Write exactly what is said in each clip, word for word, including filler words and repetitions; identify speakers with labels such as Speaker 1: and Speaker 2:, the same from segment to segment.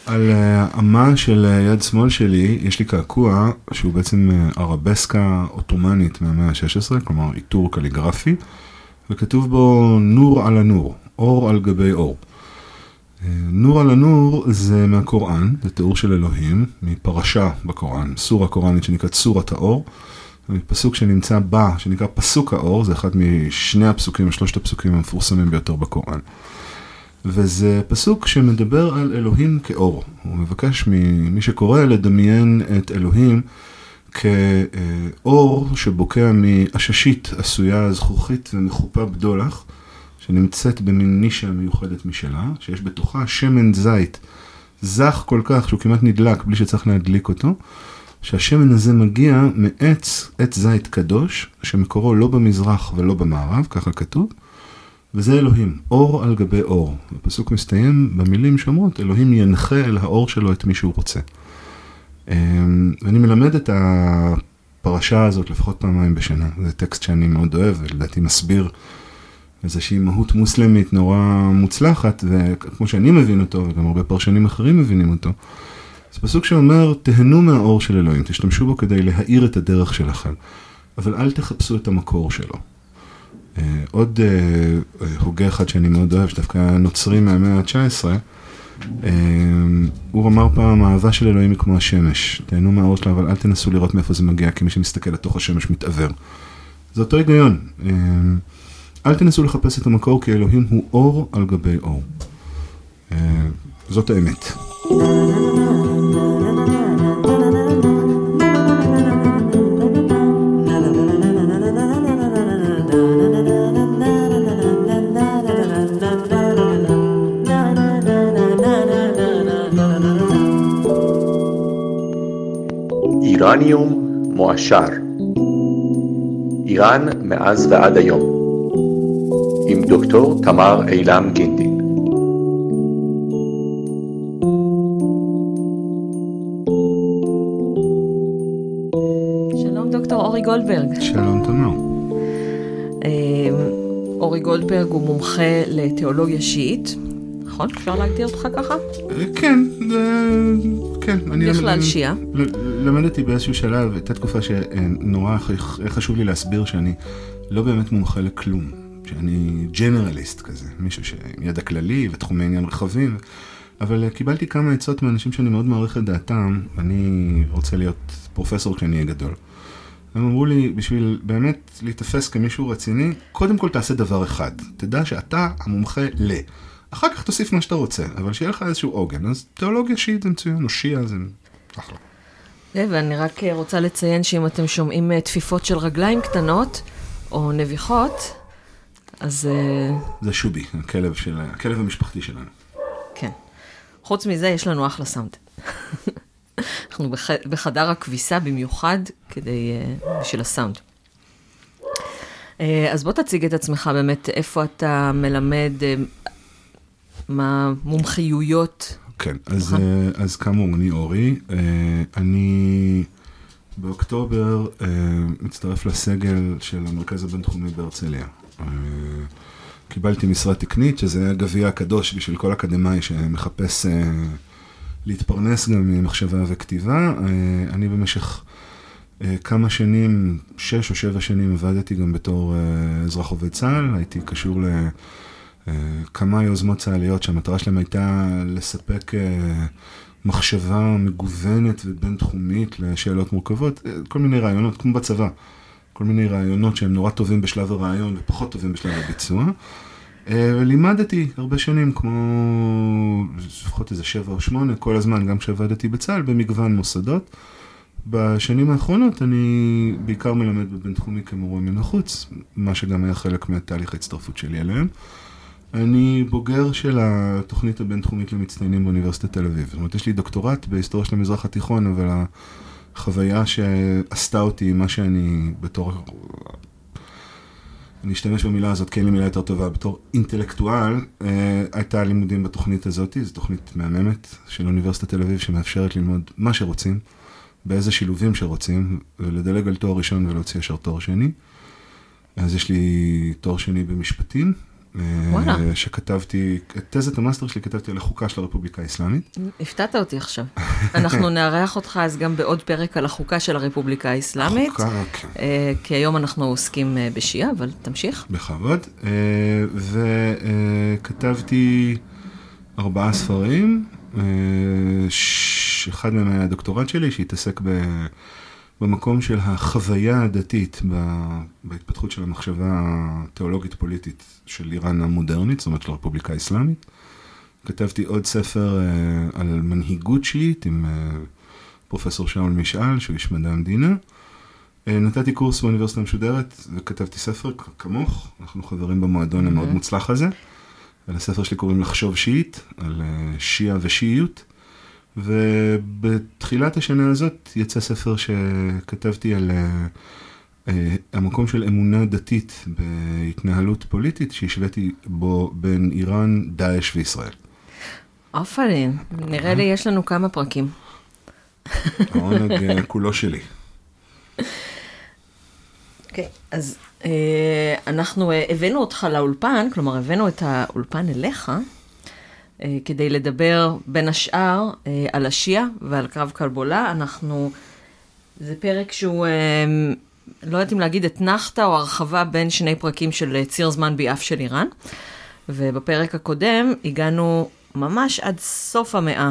Speaker 1: על האמה של יד שמאל שלי, יש לי קעקוע שהוא בעצם ערבסקה אוטומנית מהמאה ה-שש עשרה, כלומר עיטור קליגרפי, וכתוב בו נור על הנור, אור על גבי אור. נור על הנור זה מהקוראן, זה תיאור של אלוהים, מפרשה בקוראן, סורה קוראנית שנקראת סורת האור, פסוק שנמצא בה, שנקרא פסוק האור, זה אחד משני הפסוקים, שלושת הפסוקים המפורסמים ביותר בקוראן. וזה פסוק שמדבר על אלוהים כאור. הוא מבקש ממי שקורא לדמיין את אלוהים כאור שבוקע מעששית עשויה זכוכית ומחופה בדולח, שנמצאת במין נישה מיוחדת משלה, שיש בתוכה שמן זית זך כל כך שהוא כמעט נדלק בלי שצריך להדליק אותו, שהשמן הזה מגיע מעץ, עץ זית קדוש, שמקורו לא במזרח ולא במערב, ככה כתוב, וזה אלוהים, אור על גבי אור. הפסוק מסתיים במילים שאומרות, אלוהים ינחה אל האור שלו את מי שהוא רוצה. ואני מלמד את הפרשה הזאת לפחות פעמיים בשנה. זה טקסט שאני מאוד אוהב, ולדעתי מסביר איזושהי מהות מוסלמית נורא מוצלחת, וכמו שאני מבין אותו, וגם הרבה פרשנים אחרים מבינים אותו, זה פסוק שאומר, תהנו מהאור של אלוהים, תשתמשו בו כדי להאיר את הדרך שלכם, אבל אל תחפשו את המקור שלו. עוד הוגה אחד שאני מאוד אוהב, שדווקא נוצרי מהמאה ה-תשע עשרה, הוא אמר פעם, האהבה של אלוהים היא כמו השמש, תהנו מהאור שלה, אבל אל תנסו לראות מאיפה זה מגיע, כי מי שמסתכל לתוך השמש מתעבר. זה אותו היגיון. אל תנסו לחפש את המקור, כי אלוהים הוא אור על גבי אור. זאת האמת.
Speaker 2: איראניום מועשר. איראן מאז ועד היום. עם דוקטור תמר אילם גינדין.
Speaker 3: שלום דוקטור אורי גולדברג.
Speaker 1: שלום תמר.
Speaker 3: אורי גולדברג הוא מומחה לתיאולוגיה שיעית. נכון? אפשר להגדיר אותך ככה?
Speaker 1: כן, כן.
Speaker 3: בכלל שיעה.
Speaker 1: למדתי באיזשהו שלב, הייתה תקופה שנורא חשוב לי להסביר שאני לא באמת מומחה לכלום, שאני ג'נרליסט כזה, מישהו שעם ידע כללי ותחומי עניין רחבים, אבל קיבלתי כמה עצות מאנשים שאני מאוד מעריך את דעתם, ואני רוצה להיות פרופסור כשאני אהיה גדול. הם אמרו לי, בשביל באמת להתאפס כמישהו רציני, קודם כל תעשה דבר אחד, תדע שאתה המומחה ל... אחר כך תוסיף מה שאתה רוצה, אבל שיהיה לך איזשהו עוגן. אז תיאולוגיה שיעית זה מצוין, או שיעה זה אחלה.
Speaker 3: ואני רק רוצה לציין שאם אתם שומעים תפיפות של רגליים קטנות, או נביחות, אז...
Speaker 1: זה שובי, הכלב, של... הכלב המשפחתי שלנו.
Speaker 3: כן. חוץ מזה, יש לנו אחלה סאונד. אנחנו בח... בחדר הכביסה במיוחד, כדי... בשביל הסאונד. אז בוא תציג את עצמך באמת, איפה אתה מלמד... מה מומחיויות?
Speaker 1: כן, אז, אז כאמור, אני אורי, אני באוקטובר מצטרף לסגל של המרכז הבינתחומי בהרצליה. קיבלתי משרה תקנית, שזה הגביע הקדוש בשביל כל אקדמאי שמחפש להתפרנס גם ממחשבה וכתיבה. אני במשך כמה שנים, שש או שבע שנים, עבדתי גם בתור אזרח עובד צה"ל, הייתי קשור ל... כמה יוזמות צה"ליות שהמטרה שלהם הייתה לספק מחשבה מגוונת ובינתחומית לשאלות מורכבות, כל מיני רעיונות, כמו בצבא, כל מיני רעיונות שהם נורא טובים בשלב הרעיון ופחות טובים בשלב הביצוע. ולימדתי הרבה שנים, כמו לפחות איזה שבע או שמונה, כל הזמן, גם כשעבדתי בצה"ל, במגוון מוסדות. בשנים האחרונות אני בעיקר מלמד בבינתחומי כמורה מן החוץ, מה שגם היה חלק מהתהליך ההצטרפות שלי אליהם. אני בוגר של התוכנית הבינתחומית למצטיינים באוניברסיטת תל אביב. זאת אומרת, יש לי דוקטורט בהיסטוריה של המזרח התיכון, אבל החוויה שעשתה אותי, מה שאני בתור, אני אשתמש במילה הזאת, כי אין לי מילה יותר טובה, בתור אינטלקטואל, הייתה לימודים בתוכנית הזאת, זו תוכנית מהממת של אוניברסיטת תל אביב, שמאפשרת ללמוד מה שרוצים, באיזה שילובים שרוצים, ולדלג על תואר ראשון ולהוציא ישר תואר שני. אז יש לי תואר שני במשפטים,
Speaker 3: וואלה.
Speaker 1: שכתבתי, את תזת המאסטר שלי כתבתי על החוקה של הרפובליקה האסלאמית.
Speaker 3: הפתעת אותי עכשיו. אנחנו נארח אותך אז גם בעוד פרק על החוקה של הרפובליקה האסלאמית.
Speaker 1: החוקה, כן.
Speaker 3: כי היום אנחנו עוסקים בשיעה, אבל תמשיך.
Speaker 1: בכבוד. וכתבתי ארבעה ספרים, אחד מהם היה הדוקטורט שלי, שהתעסק במקום של החוויה הדתית, בהתפתחות של המחשבה התיאולוגית-פוליטית של איראן המודרנית, זאת אומרת של הרפובליקה האסלאמית. כתבתי עוד ספר על מנהיגות שיעית עם פרופסור שאול משעל, שהוא איש מדע המדינה. נתתי קורס באוניברסיטה המשודרת וכתבתי ספר כמוך, אנחנו חברים במועדון המאוד מוצלח הזה. ולספר שלי קוראים לחשוב שיעית, על שיעה ושיעיות. ובתחילת השנה הזאת יצא ספר שכתבתי על המקום של אמונה דתית בהתנהלות פוליטית, שהשוויתי בו בין איראן, דאעש וישראל.
Speaker 3: אופלין, נראה לי יש לנו כמה פרקים.
Speaker 1: העונג כולו שלי.
Speaker 3: אוקיי, אז אנחנו הבאנו אותך לאולפן, כלומר הבאנו את האולפן אליך, כדי לדבר בין השאר על השיעה ועל קרב קרבולה. אנחנו, זה פרק שהוא, לא יודעת אם להגיד אתנחתא או הרחבה בין שני פרקים של ציר זמן ביעף של איראן. ובפרק הקודם הגענו ממש עד סוף המאה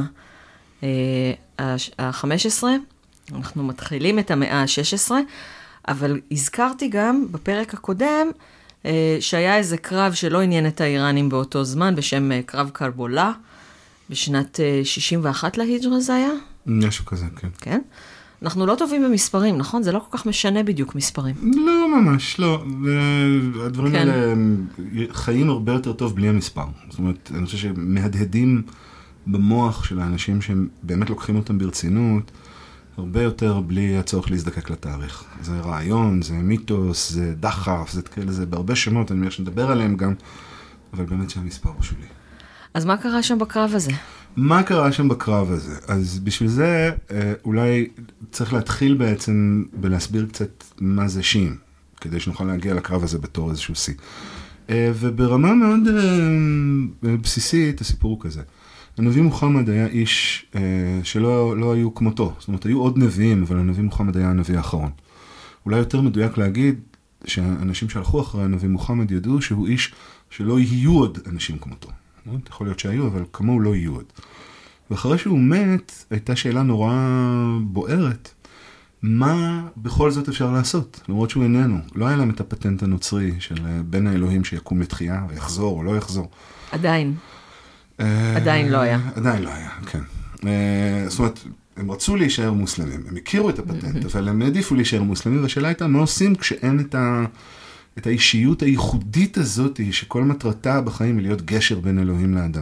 Speaker 3: ה-חמש עשרה, אנחנו מתחילים את המאה ה-שש עשרה, אבל הזכרתי גם בפרק הקודם, שהיה איזה קרב שלא עניין את האיראנים באותו זמן, בשם קרב קרבולה, בשנת שישים ואחת להיג'רה זה היה?
Speaker 1: משהו כזה, כן.
Speaker 3: כן? אנחנו לא טובים במספרים, נכון? זה לא כל כך משנה בדיוק מספרים.
Speaker 1: לא, ממש, לא. הדברים כן. האלה חיים הרבה יותר טוב בלי המספר. זאת אומרת, אני חושב שמהדהדים במוח של האנשים שהם באמת לוקחים אותם ברצינות, הרבה יותר בלי הצורך להזדקק לתאריך. זה רעיון, זה מיתוס, זה דחף, זה כאלה, זה בהרבה שמות, אני אומר שנדבר עליהם גם, אבל באמת שהמספר הוא שלי.
Speaker 3: אז מה קרה שם בקרב הזה?
Speaker 1: מה קרה שם בקרב הזה? אז בשביל זה אולי צריך להתחיל בעצם בלהסביר קצת מה זה שיעים, כדי שנוכל להגיע לקרב הזה בתור איזשהו שיא. וברמה מאוד בסיסית, הסיפור הוא כזה. הנביא מוחמד היה איש אה, שלא לא היו כמותו. זאת אומרת, היו עוד נביאים, אבל הנביא מוחמד היה הנביא האחרון. אולי יותר מדויק להגיד שהאנשים שהלכו אחרי הנביא מוחמד ידעו שהוא איש שלא יהיו עוד אנשים כמותו. יכול להיות שהיו, אבל כמוהו לא יהיו עוד. ואחרי שהוא מת, הייתה שאלה נורא בוערת. מה בכל זאת אפשר לעשות? למרות שהוא איננו. לא היה להם את הפטנט הנוצרי של בין האלוהים שיקום לתחייה ויחזור או לא יחזור.
Speaker 3: עדיין. עדיין לא היה.
Speaker 1: עדיין לא היה, כן. זאת אומרת, הם רצו להישאר מוסלמים, הם הכירו את הפטנט, אבל הם העדיפו להישאר מוסלמים, והשאלה הייתה, מה עושים כשאין את, ה... את האישיות הייחודית הזאת, שכל מטרתה בחיים היא להיות גשר בין אלוהים לאדם.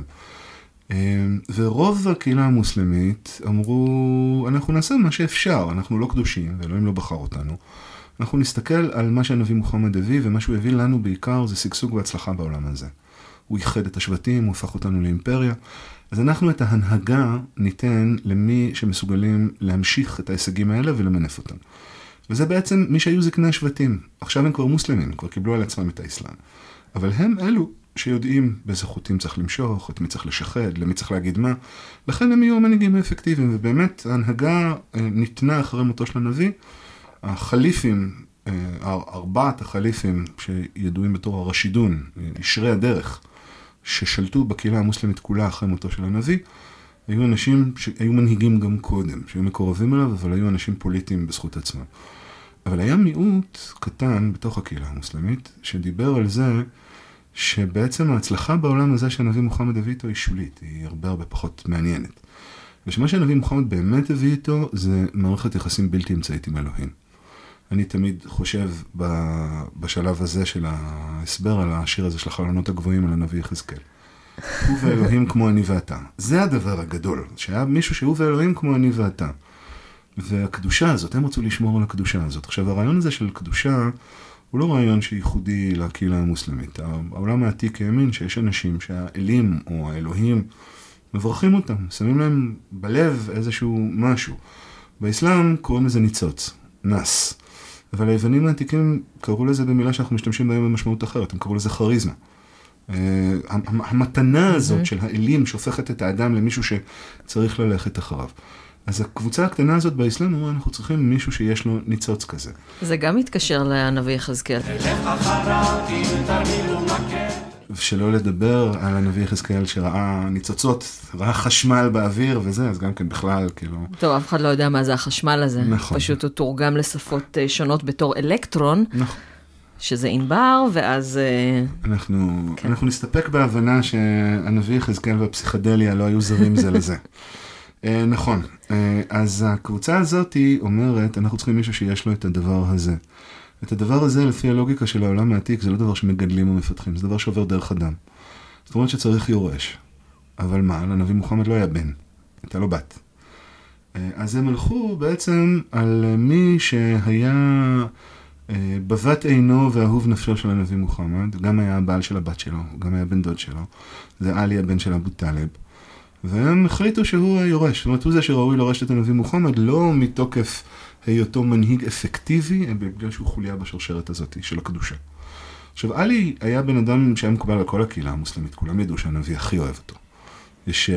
Speaker 1: ורוב הקהילה המוסלמית אמרו, אנחנו נעשה מה שאפשר, אנחנו לא קדושים, ואלוהים לא בחר אותנו. אנחנו נסתכל על מה שהנביא מוחמד הביא, ומה שהוא הביא לנו בעיקר זה שגשוג והצלחה בעולם הזה. הוא ייחד את השבטים, הוא הפך אותנו לאימפריה. אז אנחנו את ההנהגה ניתן למי שמסוגלים להמשיך את ההישגים האלה ולמנף אותם. וזה בעצם מי שהיו זקני השבטים. עכשיו הם כבר מוסלמים, כבר קיבלו על עצמם את האסלאם. אבל הם אלו שיודעים באיזה חוטים צריך למשוך, את מי צריך לשחד, למי צריך להגיד מה. לכן הם יהיו המנהיגים האפקטיביים, ובאמת ההנהגה ניתנה אחרי מותו של הנביא. החליפים, ארבעת החליפים שידועים בתור הרשידון, ישרי הדרך, ששלטו בקהילה המוסלמית כולה אחרי מותו של הנביא, היו אנשים שהיו מנהיגים גם קודם, שהיו מקורבים אליו, אבל היו אנשים פוליטיים בזכות עצמם. אבל היה מיעוט קטן בתוך הקהילה המוסלמית, שדיבר על זה שבעצם ההצלחה בעולם הזה שהנביא מוחמד הביא איתו היא שולית, היא הרבה הרבה פחות מעניינת. ושמה שהנביא מוחמד באמת הביא איתו, זה מערכת יחסים בלתי אמצעית עם אלוהים. אני תמיד חושב בשלב הזה של ההסבר על השיר הזה של החלונות הגבוהים על הנביא יחזקאל. הוא ואלוהים כמו אני ואתה. זה הדבר הגדול, שהיה מישהו שהוא ואלוהים כמו אני ואתה. והקדושה הזאת, הם רצו לשמור על הקדושה הזאת. עכשיו, הרעיון הזה של קדושה, הוא לא רעיון שייחודי לקהילה המוסלמית. העולם העתיק האמין שיש אנשים שהאלים או האלוהים מברכים אותם, שמים להם בלב איזשהו משהו. באסלאם קוראים לזה ניצוץ, נס. אבל היוונים העתיקים קראו לזה במילה שאנחנו משתמשים בהם במשמעות אחרת, הם קראו לזה חריזמה. המתנה הזאת של האלים שהופכת את האדם למישהו שצריך ללכת אחריו. אז הקבוצה הקטנה הזאת באסלאם אומרת, אנחנו צריכים מישהו שיש לו ניצוץ כזה.
Speaker 3: זה גם מתקשר לנביא יחזקאל.
Speaker 1: ושלא לדבר על הנביא יחזקאל שראה ניצוצות, ראה חשמל באוויר וזה, אז גם כן בכלל, כאילו...
Speaker 3: טוב, אף אחד לא יודע מה זה החשמל הזה.
Speaker 1: נכון.
Speaker 3: פשוט הוא תורגם לשפות שונות בתור אלקטרון,
Speaker 1: נכון.
Speaker 3: שזה ענבר, ואז...
Speaker 1: אנחנו, כן. אנחנו נסתפק בהבנה שהנביא יחזקאל והפסיכדליה לא היו זרים זה לזה. נכון. אז הקבוצה הזאת היא אומרת, אנחנו צריכים מישהו שיש לו את הדבר הזה. את הדבר הזה, לפי הלוגיקה של העולם העתיק, זה לא דבר שמגדלים או מפתחים, זה דבר שעובר דרך אדם. זאת אומרת שצריך יורש. אבל מה? לנביא מוחמד לא היה בן, הייתה לו בת. אז הם הלכו בעצם על מי שהיה בבת עינו ואהוב נפשו של הנביא מוחמד, גם היה הבעל של הבת שלו, גם היה בן דוד שלו, זה עלי הבן של אבו טלב, והם החליטו שהוא היורש. זאת אומרת, הוא זה שראוי לורש את הנביא מוחמד, לא מתוקף היותו מנהיג אפקטיבי, בגלל שהוא חוליה בשרשרת הזאת של הקדושה. עכשיו, עלי היה בן אדם שהיה מקובל לכל הקהילה המוסלמית, כולם ידעו שהנביא הכי אוהב אותו. יש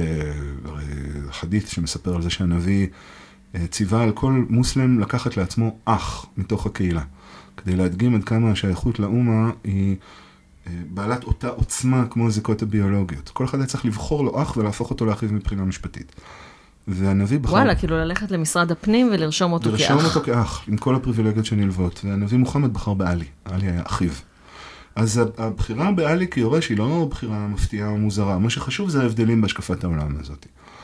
Speaker 1: חדית שמספר על זה שהנביא ציווה על כל מוסלם לקחת לעצמו אח מתוך הקהילה, כדי להדגים עד כמה השייכות לאומה היא בעלת אותה עוצמה כמו הזיקות הביולוגיות. כל אחד היה צריך לבחור לו אח ולהפוך אותו לאחיו מבחינה משפטית. והנביא בחר...
Speaker 3: וואלה, כאילו ללכת למשרד הפנים ולרשום אותו כאח.
Speaker 1: לרשום אותו כאח, עם כל הפריבילגיות שנלוות. והנביא מוחמד בחר בעלי. עלי היה אחיו. אז הבחירה בעלי כיורש היא לא בחירה מפתיעה או מוזרה. מה שחשוב זה ההבדלים בהשקפת העולם הזאת.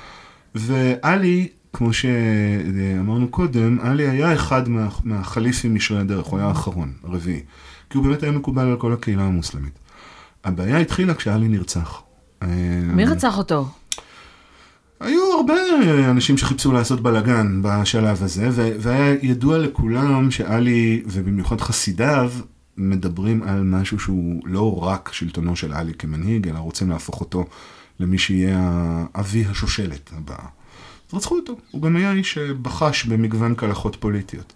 Speaker 1: ועלי, כמו שאמרנו קודם, עלי היה אחד מה, מהחליפים משרי הדרך, הוא היה האחרון, הרביעי. כי הוא באמת היה מקובל על כל הקהילה המוסלמית. הבעיה התחילה כשעלי נרצח.
Speaker 3: מי רצח אותו?
Speaker 1: היו הרבה אנשים שחיפשו לעשות בלגן בשלב הזה, והיה ידוע לכולם שעלי, ובמיוחד חסידיו, מדברים על משהו שהוא לא רק שלטונו של עלי כמנהיג, אלא רוצים להפוך אותו למי שיהיה אבי השושלת הבאה. אז רצחו אותו. הוא גם היה איש שבחש במגוון קלחות פוליטיות.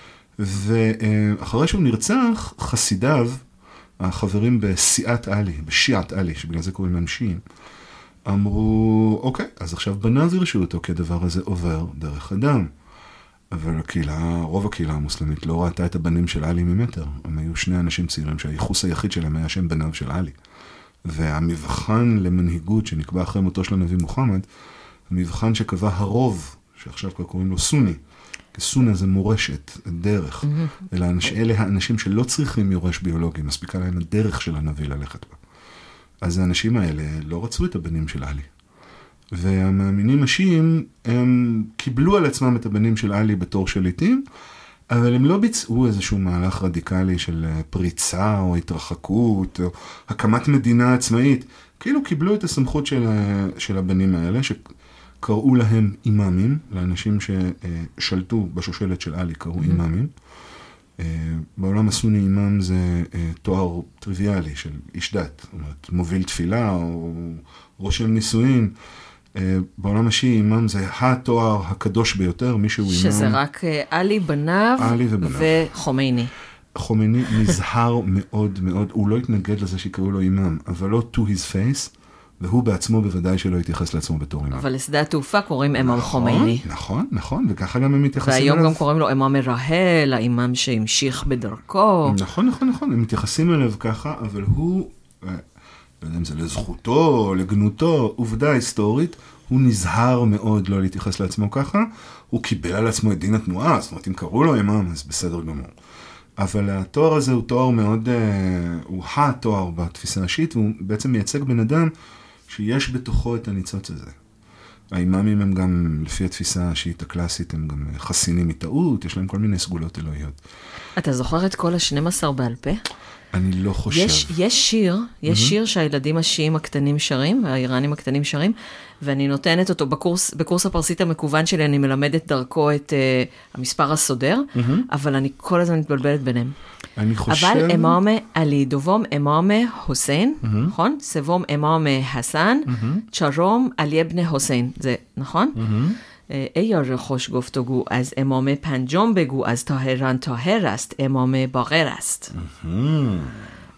Speaker 1: ואחרי שהוא נרצח, חסידיו, החברים בסיעת עלי, בשיעת עלי, שבגלל זה קוראים להם שיעים, אמרו, אוקיי, אז עכשיו בניו ירשו אותו, כי הדבר הזה עובר דרך אדם. אבל הקהילה, רוב הקהילה המוסלמית לא ראתה את הבנים של עלי ממטר. הם היו שני אנשים צעירים שהייחוס היחיד שלהם היה שם בניו של עלי. והמבחן למנהיגות שנקבע אחרי מותו של הנביא מוחמד, המבחן שקבע הרוב, שעכשיו כבר קוראים לו סוני, כי סונה זה מורשת, דרך. אלה, אלה האנשים שלא צריכים יורש ביולוגי, מספיקה להם הדרך של הנביא ללכת בה. אז האנשים האלה לא רצו את הבנים של עלי. והמאמינים השיעים, הם קיבלו על עצמם את הבנים של עלי בתור שליטים, אבל הם לא ביצעו איזשהו מהלך רדיקלי של פריצה או התרחקות, או הקמת מדינה עצמאית. כאילו קיבלו את הסמכות של, של הבנים האלה, שקראו להם אימאמים, לאנשים ששלטו בשושלת של עלי קראו אימאמים. בעולם הסוני אימאם זה תואר טריוויאלי של איש דת, זאת אומרת, מוביל תפילה או רושם נישואין. בעולם השיעי אימאם זה התואר הקדוש ביותר, מישהו אימאם.
Speaker 3: שזה רק עלי בניו וחומייני.
Speaker 1: חומייני נזהר מאוד מאוד, הוא לא התנגד לזה שיקראו לו אימאם, אבל לא to his face, והוא בעצמו בוודאי שלא יתייחס לעצמו בתור אימאם.
Speaker 3: אבל לשדה התעופה קוראים אימאם חומייני.
Speaker 1: נכון, נכון, וככה גם הם מתייחסים
Speaker 3: אליו. והיום גם קוראים לו אימאם מרהל, האימאם שהמשיך בדרכו.
Speaker 1: נכון, נכון, נכון, הם מתייחסים אליו ככה, אבל הוא, לא יודע אם זה לזכותו או לגנותו, עובדה היסטורית, הוא נזהר מאוד לא להתייחס לעצמו ככה, הוא קיבל על עצמו את דין התנועה, זאת אומרת, אם קראו לו אימאם, אז בסדר גמור. אבל התואר הזה הוא תואר מאוד, הוא התואר בתפיסה השיעית, והוא בעצם מייצג בן אדם שיש בתוכו את הניצוץ הזה. האימאמים הם גם, לפי התפיסה השיעית הקלאסית, הם גם חסינים מטעות, יש להם כל מיני סגולות אלוהיות.
Speaker 3: אתה זוכר את כל ה-שנים עשר בעל פה?
Speaker 1: אני לא חושב.
Speaker 3: יש, יש שיר, יש mm-hmm. שיר שהילדים השיעים הקטנים שרים, האיראנים הקטנים שרים, ואני נותנת אותו בקורס, בקורס הפרסית המקוון שלי, אני מלמדת דרכו את uh, המספר הסודר, mm-hmm. אבל אני כל הזמן מתבלבלת ביניהם.
Speaker 1: אני חושב...
Speaker 3: אבל אמאם עלי דובום אמאם חוסיין, mm-hmm. נכון? סבום אמאם חסן, mm-hmm. צ'רום עלי אבן חוסיין, זה נכון? Mm-hmm. אیر خوش گفتگو از امام پنجم بگو از طاهران طاهر است امام باقر است.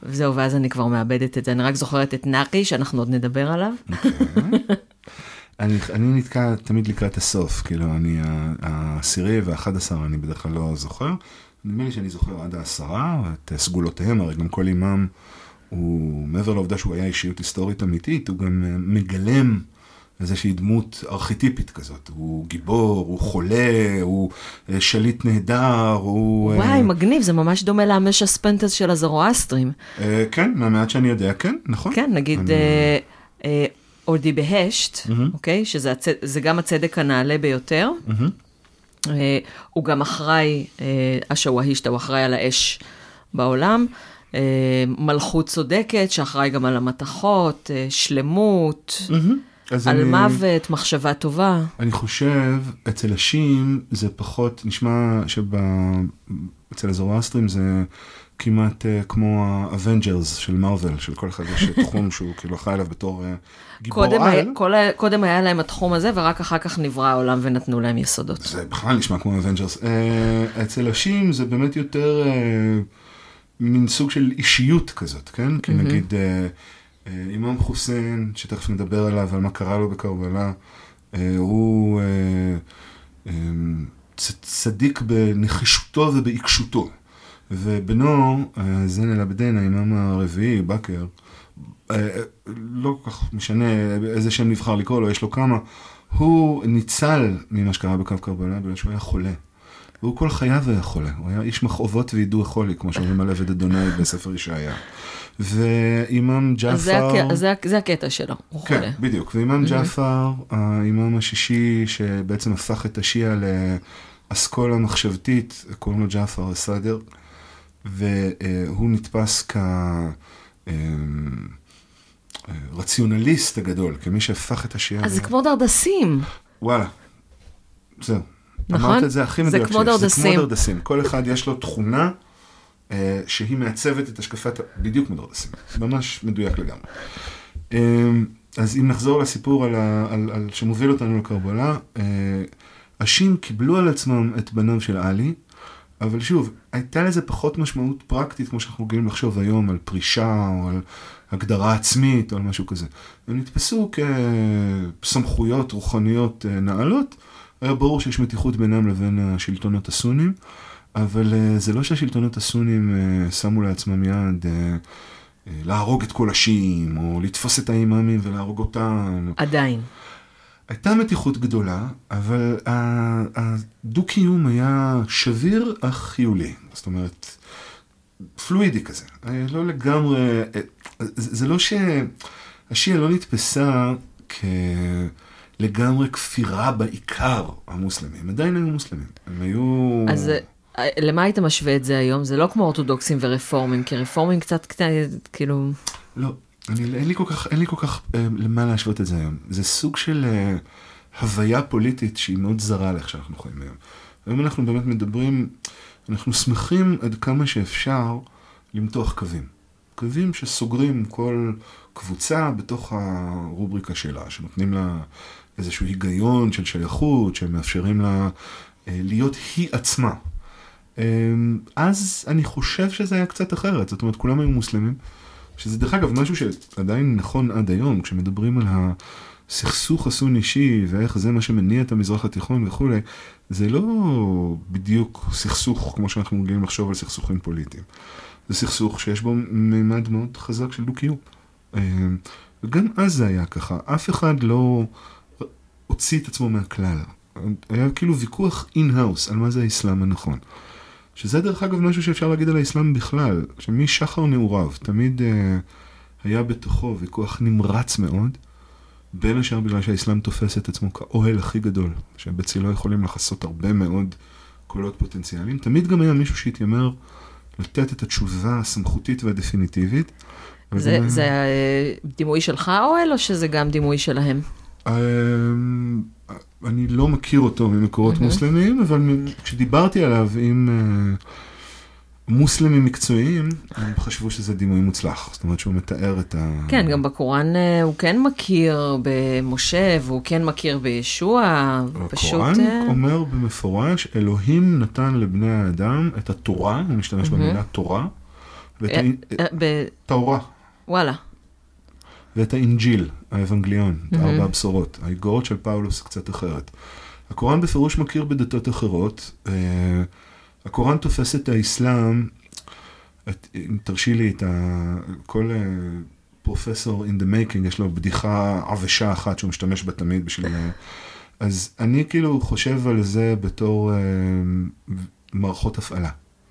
Speaker 3: וזהו, ואז אני כבר מאבדת את זה. אני רק זוכרת את נאקי, שאנחנו עוד נדבר עליו.
Speaker 1: אני, אני נתקע תמיד לקראת הסוף, כאילו, אני העשירי והאחד עשר, אני בדרך כלל לא זוכר. נדמה לי שאני זוכר עד העשרה, את סגולותיהם, הרי גם כל אימם, הוא, מעבר לעובדה שהוא היה אישיות היסטורית אמיתית, הוא גם מגלם איזושהי דמות ארכיטיפית כזאת. הוא גיבור, הוא חולה, הוא שליט נהדר, הוא...
Speaker 3: וואי, מגניב, זה ממש דומה להמש הספנטס של הזרואסטרים.
Speaker 1: כן, מהמעט שאני יודע, כן, נכון.
Speaker 3: כן, נגיד... אורדי בהשט, אוקיי? שזה גם הצדק הנעלה ביותר. הוא גם אחראי, השווהישטה, הוא אחראי על האש בעולם. מלכות צודקת, שאחראי גם על המתכות, שלמות, על מוות, מחשבה טובה.
Speaker 1: אני חושב, אצל השים זה פחות, נשמע שאצל הזרואסטרים זה... כמעט uh, כמו האבנג'רס של מרוול, של כל אחד יש תחום שהוא כאילו אחראי אליו בתור uh, גיבור
Speaker 3: קודם
Speaker 1: על.
Speaker 3: היה, כל, קודם היה להם התחום הזה, ורק אחר כך נברא העולם ונתנו להם יסודות. זה
Speaker 1: בכלל נשמע כמו האבנג'רס. Uh, אצל השים זה באמת יותר uh, מין סוג של אישיות כזאת, כן? כי נגיד uh, uh, אימאם חוסיין, שתכף נדבר עליו, על מה קרה לו בקרבלה, uh, הוא uh, uh, צדיק בנחישותו ובעיקשותו. ובנו, זן אל-עבדין, האימאם הרביעי, בקר, לא כל כך משנה איזה שם נבחר לקרוא לו, יש לו כמה, הוא ניצל ממה שקרה בקו קרבלה, בגלל שהוא היה חולה. והוא כל חייו היה חולה, הוא היה איש מכאובות וידוע חולי, כמו שאומרים על עבד אדוני בספר ישעיה. ואימאם ג'אפר...
Speaker 3: אז זה הקטע שלו, הוא חולה.
Speaker 1: כן, בדיוק. ואימאם ג'אפר, האימאם השישי, שבעצם הפך את השיעה לאסכולה מחשבתית, קוראים לו ג'אפר הסאדר, והוא נתפס כרציונליסט הגדול, כמי שהפך את השיעה.
Speaker 3: אז זה כמו דרדסים.
Speaker 1: וואלה, זהו.
Speaker 3: נכון?
Speaker 1: אמרת את זה הכי מדויק.
Speaker 3: זה כמו דרדסים.
Speaker 1: זה כמו דרדסים. כל אחד יש לו תכונה שהיא מעצבת את השקפת, בדיוק כמו דרדסים. ממש מדויק לגמרי. אז אם נחזור לסיפור על, על, על שמוביל אותנו לקרבלה, השים קיבלו על עצמם את בניו של עלי, אבל שוב, הייתה לזה פחות משמעות פרקטית, כמו שאנחנו רגילים לחשוב היום, על פרישה, או על הגדרה עצמית, או על משהו כזה. הם נתפסו כסמכויות רוחניות נעלות, היה ברור שיש מתיחות בינם לבין השלטונות הסונים, אבל זה לא שהשלטונות הסונים שמו לעצמם יד להרוג את כל השיעים, או לתפוס את האימאמים ולהרוג אותם.
Speaker 3: עדיין.
Speaker 1: הייתה מתיחות גדולה, אבל הדו-קיום היה שביר אך חיולי. זאת אומרת, פלואידי כזה. לא לגמרי, זה לא שהשיעה לא נתפסה כלגמרי כפירה בעיקר המוסלמים. עדיין היו מוסלמים. הם היו...
Speaker 3: אז למה היית משווה את זה היום? זה לא כמו אורתודוקסים ורפורמים, כי רפורמים קצת כאילו...
Speaker 1: לא. אני, אין לי כל כך, אין לי כל כך אה, למה להשוות את זה היום. זה סוג של אה, הוויה פוליטית שהיא מאוד זרה לאיך שאנחנו חיים היום. היום אנחנו באמת מדברים, אנחנו שמחים עד כמה שאפשר למתוח קווים. קווים שסוגרים כל קבוצה בתוך הרובריקה שלה, שנותנים לה איזשהו היגיון של שייכות, שמאפשרים לה אה, להיות היא עצמה. אה, אז אני חושב שזה היה קצת אחרת. זאת אומרת, כולם היו מוסלמים. שזה דרך אגב משהו שעדיין נכון עד היום, כשמדברים על הסכסוך הסון אישי, ואיך זה מה שמניע את המזרח התיכון וכו', זה לא בדיוק סכסוך כמו שאנחנו מגיעים לחשוב על סכסוכים פוליטיים. זה סכסוך שיש בו מימד מאוד חזק של דו-קיום. וגם אז זה היה ככה, אף אחד לא הוציא את עצמו מהכלל. היה כאילו ויכוח אין-האוס על מה זה האסלאם הנכון. שזה דרך אגב משהו שאפשר להגיד על האסלאם בכלל, שמשחר נעוריו תמיד uh, היה בתוכו ויכוח נמרץ מאוד, בין השאר בגלל שהאסלאם תופס את עצמו כאוהל הכי גדול, שבצילו יכולים לחסות הרבה מאוד קולות פוטנציאליים. תמיד גם היה מישהו שהתיימר לתת את התשובה הסמכותית והדפיניטיבית.
Speaker 3: זה, גם... זה דימוי שלך האוהל, או שזה גם דימוי שלהם?
Speaker 1: אני לא מכיר אותו ממקורות מוסלמים, אבל כשדיברתי עליו עם מוסלמים מקצועיים, הם חשבו שזה דימוי מוצלח. זאת אומרת שהוא מתאר את ה...
Speaker 3: כן, גם בקוראן הוא כן מכיר במשה, והוא כן מכיר בישוע.
Speaker 1: הקוראן אומר במפורש, אלוהים נתן לבני האדם את התורה, הוא משתמש במילה תורה, תורה.
Speaker 3: וואלה.
Speaker 1: ואת האנג'יל, האבנגליון, את ארבע הבשורות. האיגרות של פאולוס קצת אחרת. הקוראן בפירוש מכיר בדתות אחרות. הקוראן תופס את האסלאם, אם תרשי לי את כל פרופסור in the making, יש לו בדיחה עבשה אחת שהוא משתמש בה תמיד בשביל... אז אני כאילו חושב על זה בתור מערכות הפעלה.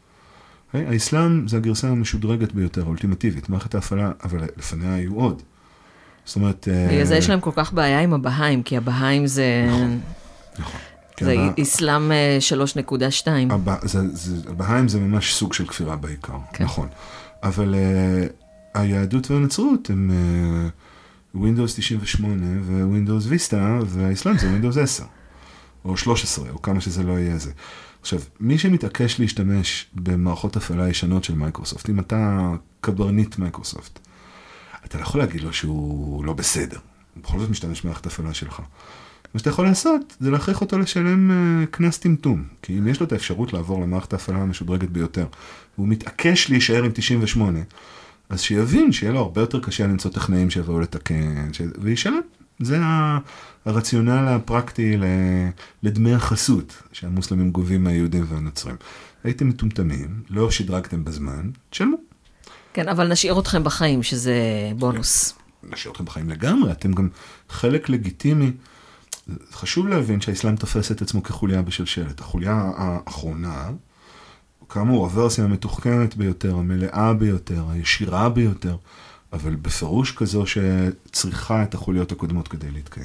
Speaker 1: האסלאם זה הגרסה המשודרגת ביותר, האולטימטיבית, מערכת ההפעלה, אבל לפניה היו עוד. זאת אומרת...
Speaker 3: בגלל זה יש להם כל כך בעיה עם הבהאים, כי הבהאים זה...
Speaker 1: נכון, נכון.
Speaker 3: זה אסלאם שלוש נקודה שתיים.
Speaker 1: הבהאים זה ממש סוג של כפירה בעיקר, נכון. אבל היהדות והנצרות הם ווינדוס תשעים ושמונה ווינדוס ויסטה, והאסלאם זה ווינדוס עשר, או שלוש עשרה, או כמה שזה לא יהיה זה. עכשיו, מי שמתעקש להשתמש במערכות הפעלה ישנות של מייקרוסופט, אם אתה קברניט מייקרוסופט, אתה לא יכול להגיד לו שהוא לא בסדר. הוא בכל זאת משתמש במערכת הפעלה שלך. מה שאתה יכול לעשות, זה להכריח אותו לשלם כנס טמטום. כי אם יש לו את האפשרות לעבור למערכת ההפעלה המשודרגת ביותר, והוא מתעקש להישאר עם תשעים ושמונה, אז שיבין שיהיה לו הרבה יותר קשה למצוא טכנאים שיבואו לתקן, ש... וישלם. זה הרציונל הפרקטי לדמי החסות שהמוסלמים גובים מהיהודים והנוצרים. הייתם מטומטמים, לא שדרגתם בזמן, תשלמו.
Speaker 3: כן, אבל נשאיר אתכם בחיים, שזה בונוס.
Speaker 1: נשאיר אתכם בחיים לגמרי, אתם גם חלק לגיטימי. חשוב להבין שהאסלאם תופס את עצמו כחוליה בשלשלת. החוליה האחרונה, כאמור, הוורסיה המתוחכמת ביותר, המלאה ביותר, הישירה ביותר, אבל בפירוש כזו שצריכה את החוליות הקודמות כדי להתקיים.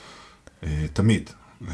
Speaker 1: תמיד.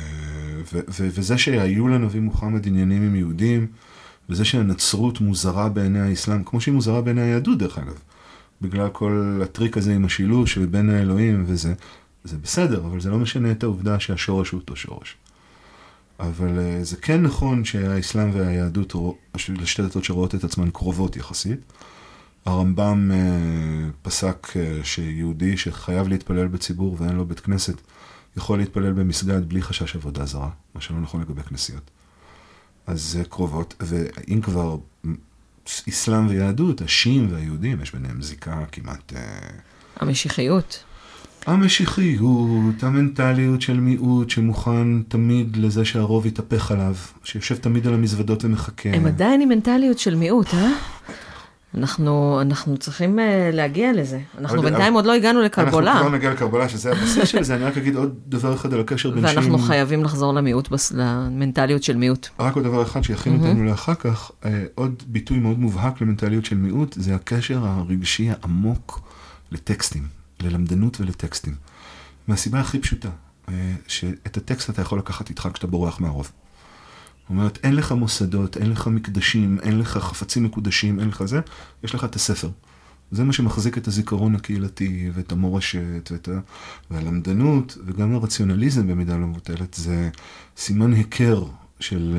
Speaker 1: וזה שהיו לנביא מוחמד עניינים עם יהודים, וזה שהנצרות מוזרה בעיני האסלאם, כמו שהיא מוזרה בעיני היהדות דרך אגב, בגלל כל הטריק הזה עם השילוש ובין האלוהים וזה, זה בסדר, אבל זה לא משנה את העובדה שהשורש הוא אותו שורש. אבל זה כן נכון שהאסלאם והיהדות, לשתי דתות שרואות את עצמן קרובות יחסית. הרמב"ם פסק שיהודי שחייב להתפלל בציבור ואין לו בית כנסת, יכול להתפלל במסגד בלי חשש עבודה זרה, מה שלא נכון לגבי כנסיות. אז זה קרובות, ואם כבר אסלאם ויהדות, השיעים והיהודים, יש ביניהם זיקה כמעט...
Speaker 3: המשיחיות.
Speaker 1: המשיחיות, המנטליות של מיעוט שמוכן תמיד לזה שהרוב יתהפך עליו, שיושב תמיד על המזוודות ומחכה.
Speaker 3: הם עדיין עם מנטליות של מיעוט, אה? אנחנו, אנחנו צריכים להגיע לזה. אנחנו בינתיים עוד לא הגענו לקרבולה.
Speaker 1: אנחנו כבר נגיע לקרבולה, שזה הבסיס של זה. אני רק אגיד עוד דבר אחד על הקשר בין שיעים.
Speaker 3: ואנחנו חייבים לחזור למיעוט, למנטליות של מיעוט.
Speaker 1: רק עוד דבר אחד שיכין אותנו לאחר כך, עוד ביטוי מאוד מובהק למנטליות של מיעוט, זה הקשר הרגשי העמוק לטקסטים, ללמדנות ולטקסטים. מהסיבה הכי פשוטה, שאת הטקסט אתה יכול לקחת איתך כשאתה בורח מהרוב. זאת אומרת, אין לך מוסדות, אין לך מקדשים, אין לך חפצים מקודשים, אין לך זה, יש לך את הספר. זה מה שמחזיק את הזיכרון הקהילתי ואת המורשת ואת ה... והלמדנות וגם הרציונליזם במידה לא מבוטלת, זה סימן היכר של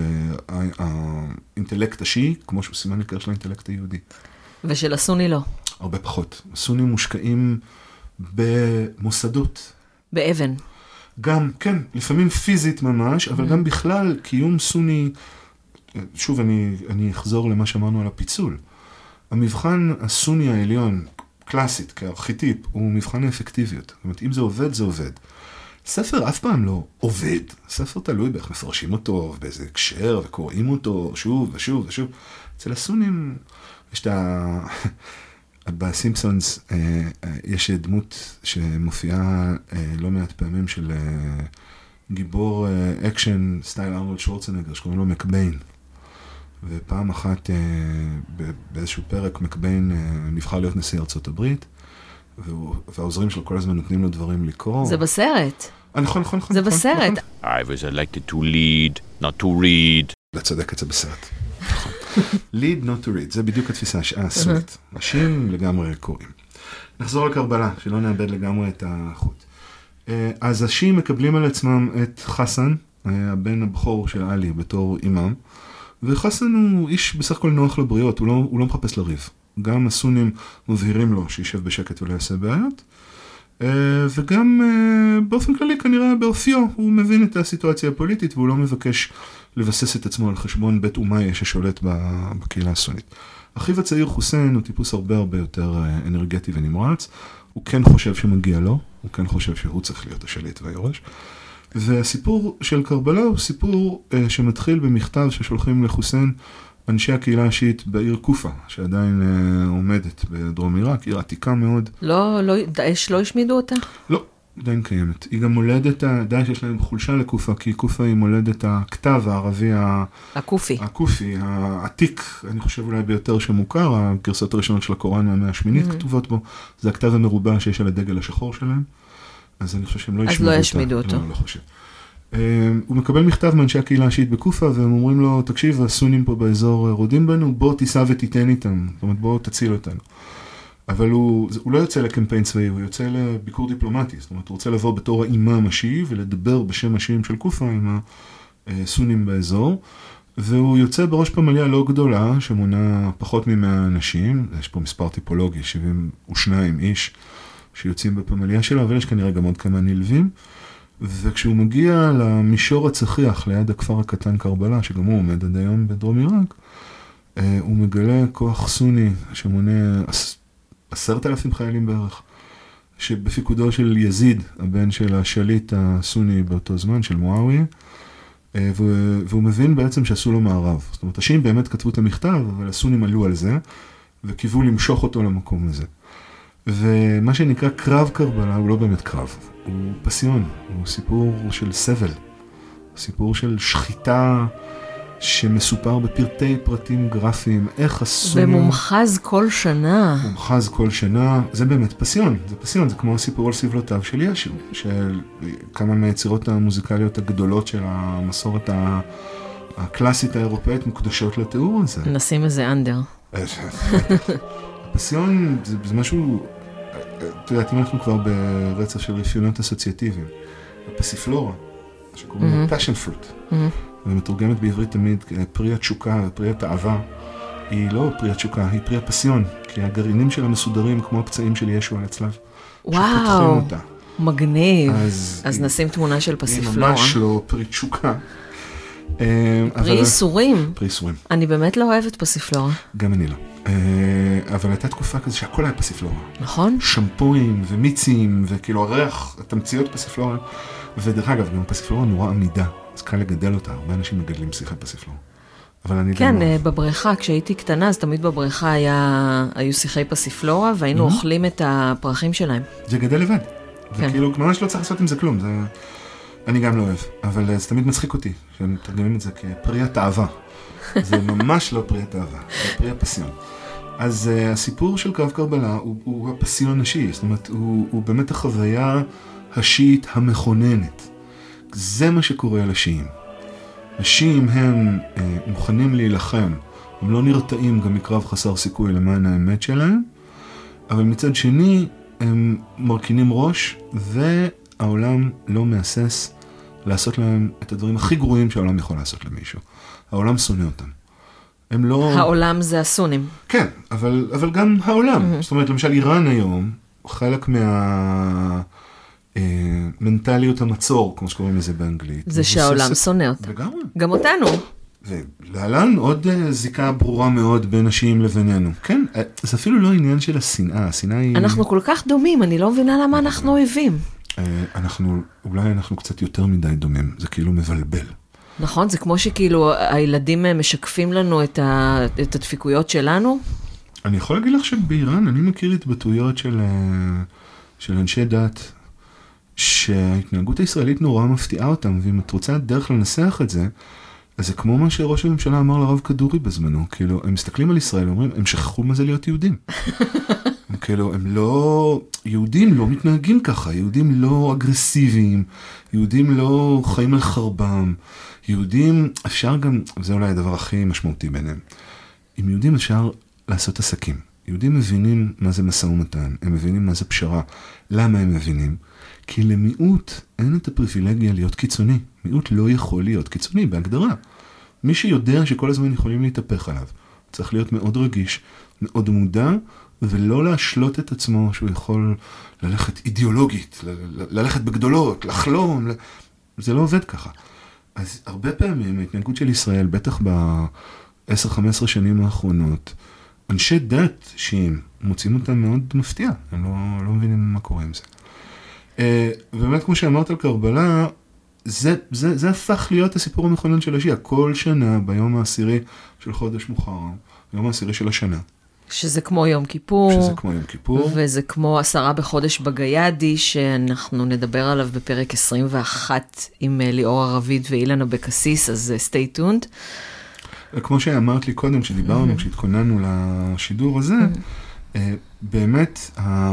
Speaker 1: האינטלקט השיעי, כמו שהוא סימן היכר של האינטלקט היהודי.
Speaker 3: ושל הסוני לא.
Speaker 1: הרבה פחות. הסונים מושקעים במוסדות.
Speaker 3: באבן.
Speaker 1: גם, כן, לפעמים פיזית ממש, אבל גם בכלל קיום סוני, שוב, אני, אני אחזור למה שאמרנו על הפיצול. המבחן הסוני העליון, קלאסית, כארכיטיפ, הוא מבחן האפקטיביות. זאת אומרת, אם זה עובד, זה עובד. ספר אף פעם לא עובד. ספר תלוי באיך מפרשים אותו, באיזה הקשר, וקוראים אותו שוב ושוב ושוב. אצל הסונים, יש את ה... בסימפסונס יש דמות שמופיעה לא מעט פעמים של גיבור אקשן סטייל ארנולד שוורצנגר שקוראים לו מקביין. ופעם אחת באיזשהו פרק מקביין נבחר להיות נשיא ארצות הברית, והעוזרים שלו כל הזמן נותנים לו דברים לקרוא.
Speaker 3: זה בסרט.
Speaker 1: נכון, נכון, נכון.
Speaker 3: זה בסרט.
Speaker 4: I was elected to lead, not to read.
Speaker 1: לצדק את זה בסרט. lead not to read, זה בדיוק התפיסה הסונית. אנשים לגמרי קוראים. נחזור לקרבלה, שלא נאבד לגמרי את החוט. אז השיעים מקבלים על עצמם את חסן, הבן הבכור של עלי, בתור אימם, וחסן הוא איש בסך הכל נוח לבריות, הוא לא, הוא לא מחפש לריב. גם הסונים מבהירים לו שישב בשקט ולא יעשה בעיות, וגם באופן כללי כנראה באופיו הוא מבין את הסיטואציה הפוליטית, והוא לא מבקש לבסס את עצמו על חשבון בית אומיה ששולט בקהילה הסונית. אחיו הצעיר חוסיין הוא טיפוס הרבה הרבה יותר אנרגטי ונמרץ, הוא כן חושב שמגיע לו, הוא כן חושב שהוא צריך להיות השליט והיורש, והסיפור של קרבלה הוא סיפור uh, שמתחיל במכתב ששולחים לחוסיין אנשי הקהילה השיעית בעיר קופה, שעדיין uh, עומדת בדרום עיראק, עיר עתיקה מאוד.
Speaker 3: לא, לא, דאעש לא השמידו אותה?
Speaker 1: לא, עדיין קיימת. היא גם מולדת, דאעש יש להם חולשה לקופה, כי קופה היא מולדת הכתב הערבי,
Speaker 3: הקופי.
Speaker 1: הקופי, העתיק, אני חושב אולי ביותר שמוכר, הגרסות הראשונות של הקוראן מהמאה השמינית mm-hmm. כתובות בו, זה הכתב המרובע שיש על הדגל השחור שלהם, אז אני חושב שהם לא ישמידו אותה.
Speaker 3: אז לא ישמידו אותו.
Speaker 1: לא, לא חושב. Uh, הוא מקבל מכתב מאנשי הקהילה השיעית בקופה, והם אומרים לו, תקשיב, הסונים פה באזור רודים בנו, בוא תיסע ותיתן איתם, זאת אומרת, בוא תציל אותנו. אבל הוא, הוא לא יוצא לקמפיין צבאי, הוא יוצא לביקור דיפלומטי, זאת אומרת, הוא רוצה לבוא בתור האימאם השיעי, ולדבר בשם השיעים של קופה עם הסונים באזור, והוא יוצא בראש פמליה לא גדולה, שמונה פחות ממאה אנשים, יש פה מספר טיפולוגי, שבעים ושניים איש, שיוצאים בפמליה שלו, אבל יש כנראה גם עוד כמה נלווים, וכשהוא מגיע למישור הצחיח, ליד הכפר הקטן קרבלה, שגם הוא עומד עד היום בדרום עיראק, הוא מגלה כוח סוני שמונה עשרת אלפים חיילים בערך, שבפיקודו של יזיד, הבן של השליט הסוני באותו זמן, של מואוויה, והוא מבין בעצם שעשו לו מערב. זאת אומרת, השיעים באמת כתבו את המכתב, אבל הסונים עלו על זה, וקיוו למשוך אותו למקום הזה. ומה שנקרא קרב קרבלה הוא לא באמת קרב, הוא פסיון, הוא סיפור של סבל, סיפור של שחיטה שמסופר בפרטי פרטים גרפיים, איך הסונים...
Speaker 3: ומומחז כל שנה.
Speaker 1: מומחז כל שנה, זה באמת פסיון, זה פסיון, זה כמו הסיפור על סבלותיו של ישו, של כמה מהיצירות המוזיקליות הגדולות של המסורת הקלאסית האירופאית מוקדשות לתיאור הזה.
Speaker 3: נשים איזה אנדר.
Speaker 1: הפסיון זה, זה משהו, אתה יודעת, אם אנחנו כבר ברצף של רפיונות אסוציאטיביים, הפסיפלורה, שקוראים לה passion fruit, ומתורגמת בעברית תמיד פרי התשוקה ופרי התאווה, היא לא פרי התשוקה, היא פרי הפסיון, כי הגרעינים שלה מסודרים כמו הפצעים של ישו על הצלב.
Speaker 3: וואו, מגניב. אז,
Speaker 1: אז
Speaker 3: נשים תמונה של פסיפלורה.
Speaker 1: היא ממש לא פרי תשוקה.
Speaker 3: פרי איסורים.
Speaker 1: פרי איסורים.
Speaker 3: אני באמת לא אוהבת פסיפלורה.
Speaker 1: גם אני לא. אבל הייתה תקופה כזה שהכל היה פסיפלורה.
Speaker 3: נכון.
Speaker 1: שמפויים ומיצים, וכאילו הריח, התמציות פסיפלורה. ודרך אגב, גם פסיפלורה נורא עמידה, אז קל לגדל אותה. הרבה אנשים מגדלים שיחי פסיפלורה. אבל אני
Speaker 3: כן, לא... בבריכה, כשהייתי קטנה, אז תמיד בבריכה היה, היו שיחי פסיפלורה, והיינו mm-hmm. אוכלים את הפרחים שלהם. זה
Speaker 1: גדל לבד. כן. וכאילו, ממש לא צריך לעשות עם זה כלום. זה... אני גם לא אוהב, אבל זה תמיד מצחיק אותי, שהם מתרגמים את זה כפרי התאווה. זה ממש לא פרי התאווה, זה פרי הפסיון. אז uh, הסיפור של קרב קרבלה הוא, הוא הפסיון השיעי, זאת אומרת, הוא, הוא באמת החוויה השיעית המכוננת. זה מה שקורה על השיעים. השיעים הם uh, מוכנים להילחם, הם לא נרתעים גם מקרב חסר סיכוי למען האמת שלהם, אבל מצד שני הם מרכינים ראש, והעולם לא מאסס לעשות להם את הדברים הכי גרועים שהעולם יכול לעשות למישהו. העולם שונא אותם. הם לא...
Speaker 3: העולם זה הסונים.
Speaker 1: כן, אבל, אבל גם העולם. Mm-hmm. זאת אומרת, למשל, איראן היום, חלק מהמנטליות המצור, כמו שקוראים לזה באנגלית.
Speaker 3: זה שהעולם שונא אותם.
Speaker 1: לגמרי.
Speaker 3: גם אותנו.
Speaker 1: ולהלן עוד זיקה ברורה מאוד בין השיעים לבינינו. כן, זה אפילו לא עניין של השנאה. השנאה היא...
Speaker 3: אנחנו כל כך דומים, אני לא מבינה למה אנחנו אוהבים.
Speaker 1: אנחנו, אולי אנחנו קצת יותר מדי דומים. זה כאילו מבלבל.
Speaker 3: נכון, זה כמו שכאילו הילדים משקפים לנו את, ה, את הדפיקויות שלנו.
Speaker 1: אני יכול להגיד לך שבאיראן אני מכיר התבטאויות של, של אנשי דת, שההתנהגות הישראלית נורא מפתיעה אותם, ואם את רוצה דרך לנסח את זה, אז זה כמו מה שראש הממשלה אמר לרב כדורי בזמנו, כאילו, הם מסתכלים על ישראל ואומרים, הם שכחו מה זה להיות יהודים. הם כאילו, הם לא, יהודים לא מתנהגים ככה, יהודים לא אגרסיביים, יהודים לא חיים על חרבם, יהודים, אפשר גם, זה אולי הדבר הכי משמעותי ביניהם, עם יהודים אפשר לעשות עסקים. יהודים מבינים מה זה משא ומתן, הם מבינים מה זה פשרה. למה הם מבינים? כי למיעוט אין את הפריבילגיה להיות קיצוני. מיעוט לא יכול להיות קיצוני, בהגדרה. מי שיודע שכל הזמן יכולים להתהפך עליו, צריך להיות מאוד רגיש, מאוד מודע, ולא להשלות את עצמו שהוא יכול ללכת אידיאולוגית, ל- ללכת בגדולות, לחלום. זה לא עובד ככה. אז הרבה פעמים ההתנהגות של ישראל, בטח ב-עשר חמש עשרה שנים האחרונות, אנשי דת שיעים מוצאים אותם מאוד מפתיע, הם לא, לא מבינים מה קורה עם זה. ובאמת, כמו שאמרת על קרבלה, זה, זה, זה הפך להיות הסיפור המכונן של השיעה. כל שנה, ביום העשירי של חודש מוחרם, ביום העשירי של השנה.
Speaker 3: שזה כמו יום כיפור.
Speaker 1: שזה כמו יום כיפור.
Speaker 3: וזה כמו עשרה בחודש בגיידי, שאנחנו נדבר עליו בפרק עשרים ואחת עם ליאור ערבית ואילנה בקסיס, אז stay tuned.
Speaker 1: כמו שאמרת לי קודם, כשדיברנו, mm-hmm. כשהתכוננו לשידור הזה, mm-hmm. באמת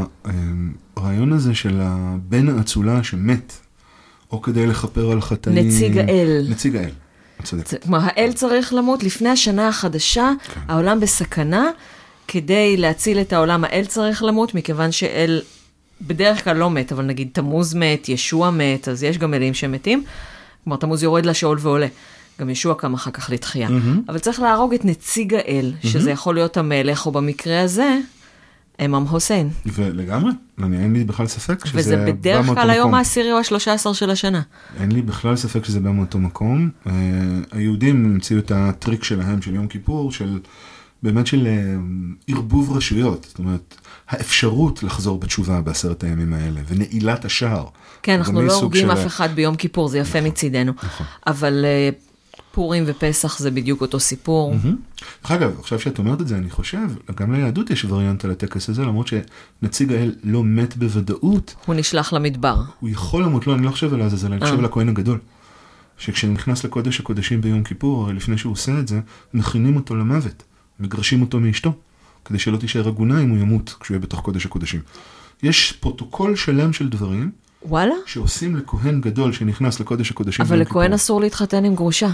Speaker 1: הרעיון הזה של הבן האצולה שמת, או כדי לכפר על חטאים.
Speaker 3: נציג האל.
Speaker 1: נציג האל.
Speaker 3: כלומר, האל צריך למות לפני השנה החדשה, כן. העולם בסכנה, כדי להציל את העולם, האל צריך למות, מכיוון שאל בדרך כלל לא מת, אבל נגיד תמוז מת, ישוע מת, אז יש גם אלים שמתים. כלומר, תמוז יורד לשאול ועולה. גם ישוע קם אחר כך לתחייה. Mm-hmm. אבל צריך להרוג את נציג האל, mm-hmm. שזה יכול להיות המלך, או במקרה הזה, אמם חוסיין.
Speaker 1: ולגמרי, אני, אין לי בכלל ספק שזה
Speaker 3: וזה בדרך כלל היום העשירי או השלושה עשר של השנה.
Speaker 1: אין לי בכלל ספק שזה בא מאותו מקום. Uh, היהודים המציאו את הטריק שלהם, של יום כיפור, של באמת של uh, ערבוב רשויות. זאת אומרת, האפשרות לחזור בתשובה בעשרת הימים האלה, ונעילת השער.
Speaker 3: כן, אנחנו לא הורגים אף אחד ביום כיפור, זה יפה מצידנו. נכון. אבל uh, פורים ופסח זה בדיוק אותו סיפור.
Speaker 1: אגב, עכשיו שאת אומרת את זה, אני חושב, גם ליהדות יש וריאנט על הטקס הזה, למרות שנציג האל לא מת בוודאות.
Speaker 3: הוא נשלח למדבר.
Speaker 1: הוא יכול למות, לא, אני לא חושב על זה, אני חושב על הכהן הגדול. שכשנכנס לקודש הקודשים ביום כיפור, לפני שהוא עושה את זה, מכינים אותו למוות, מגרשים אותו מאשתו, כדי שלא תישאר עגונה אם הוא ימות כשהוא יהיה בתוך קודש הקודשים. יש פרוטוקול שלם של דברים,
Speaker 3: וואלה?
Speaker 1: שעושים לכהן גדול שנכנס לקודש הקודשים.
Speaker 3: אבל לכהן אסור להתחתן עם גרושה.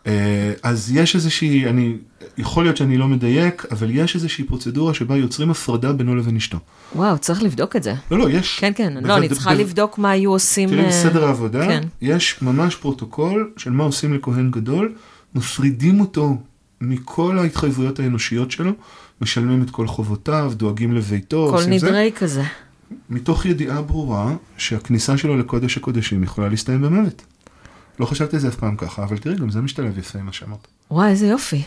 Speaker 1: אז יש איזושהי, אני, יכול להיות שאני לא מדייק, אבל יש איזושהי פרוצדורה שבה יוצרים הפרדה בינו לבין אשתו.
Speaker 3: וואו, צריך לבדוק את זה.
Speaker 1: לא, לא, יש.
Speaker 3: כן, כן, לא, אני צריכה לבדוק מה היו עושים.
Speaker 1: תראי, סדר העבודה, יש ממש פרוטוקול של מה עושים לכהן גדול, מפרידים אותו מכל ההתחייבויות האנושיות שלו, משלמים את כל חובותיו, דואגים לביתו.
Speaker 3: כל נדרי כזה.
Speaker 1: מתוך ידיעה ברורה שהכניסה שלו לקודש הקודשים יכולה להסתיים במוות. לא חשבתי את זה אף פעם ככה, אבל תראי, גם זה משתלב יפה עם השמות.
Speaker 3: וואי, איזה יופי.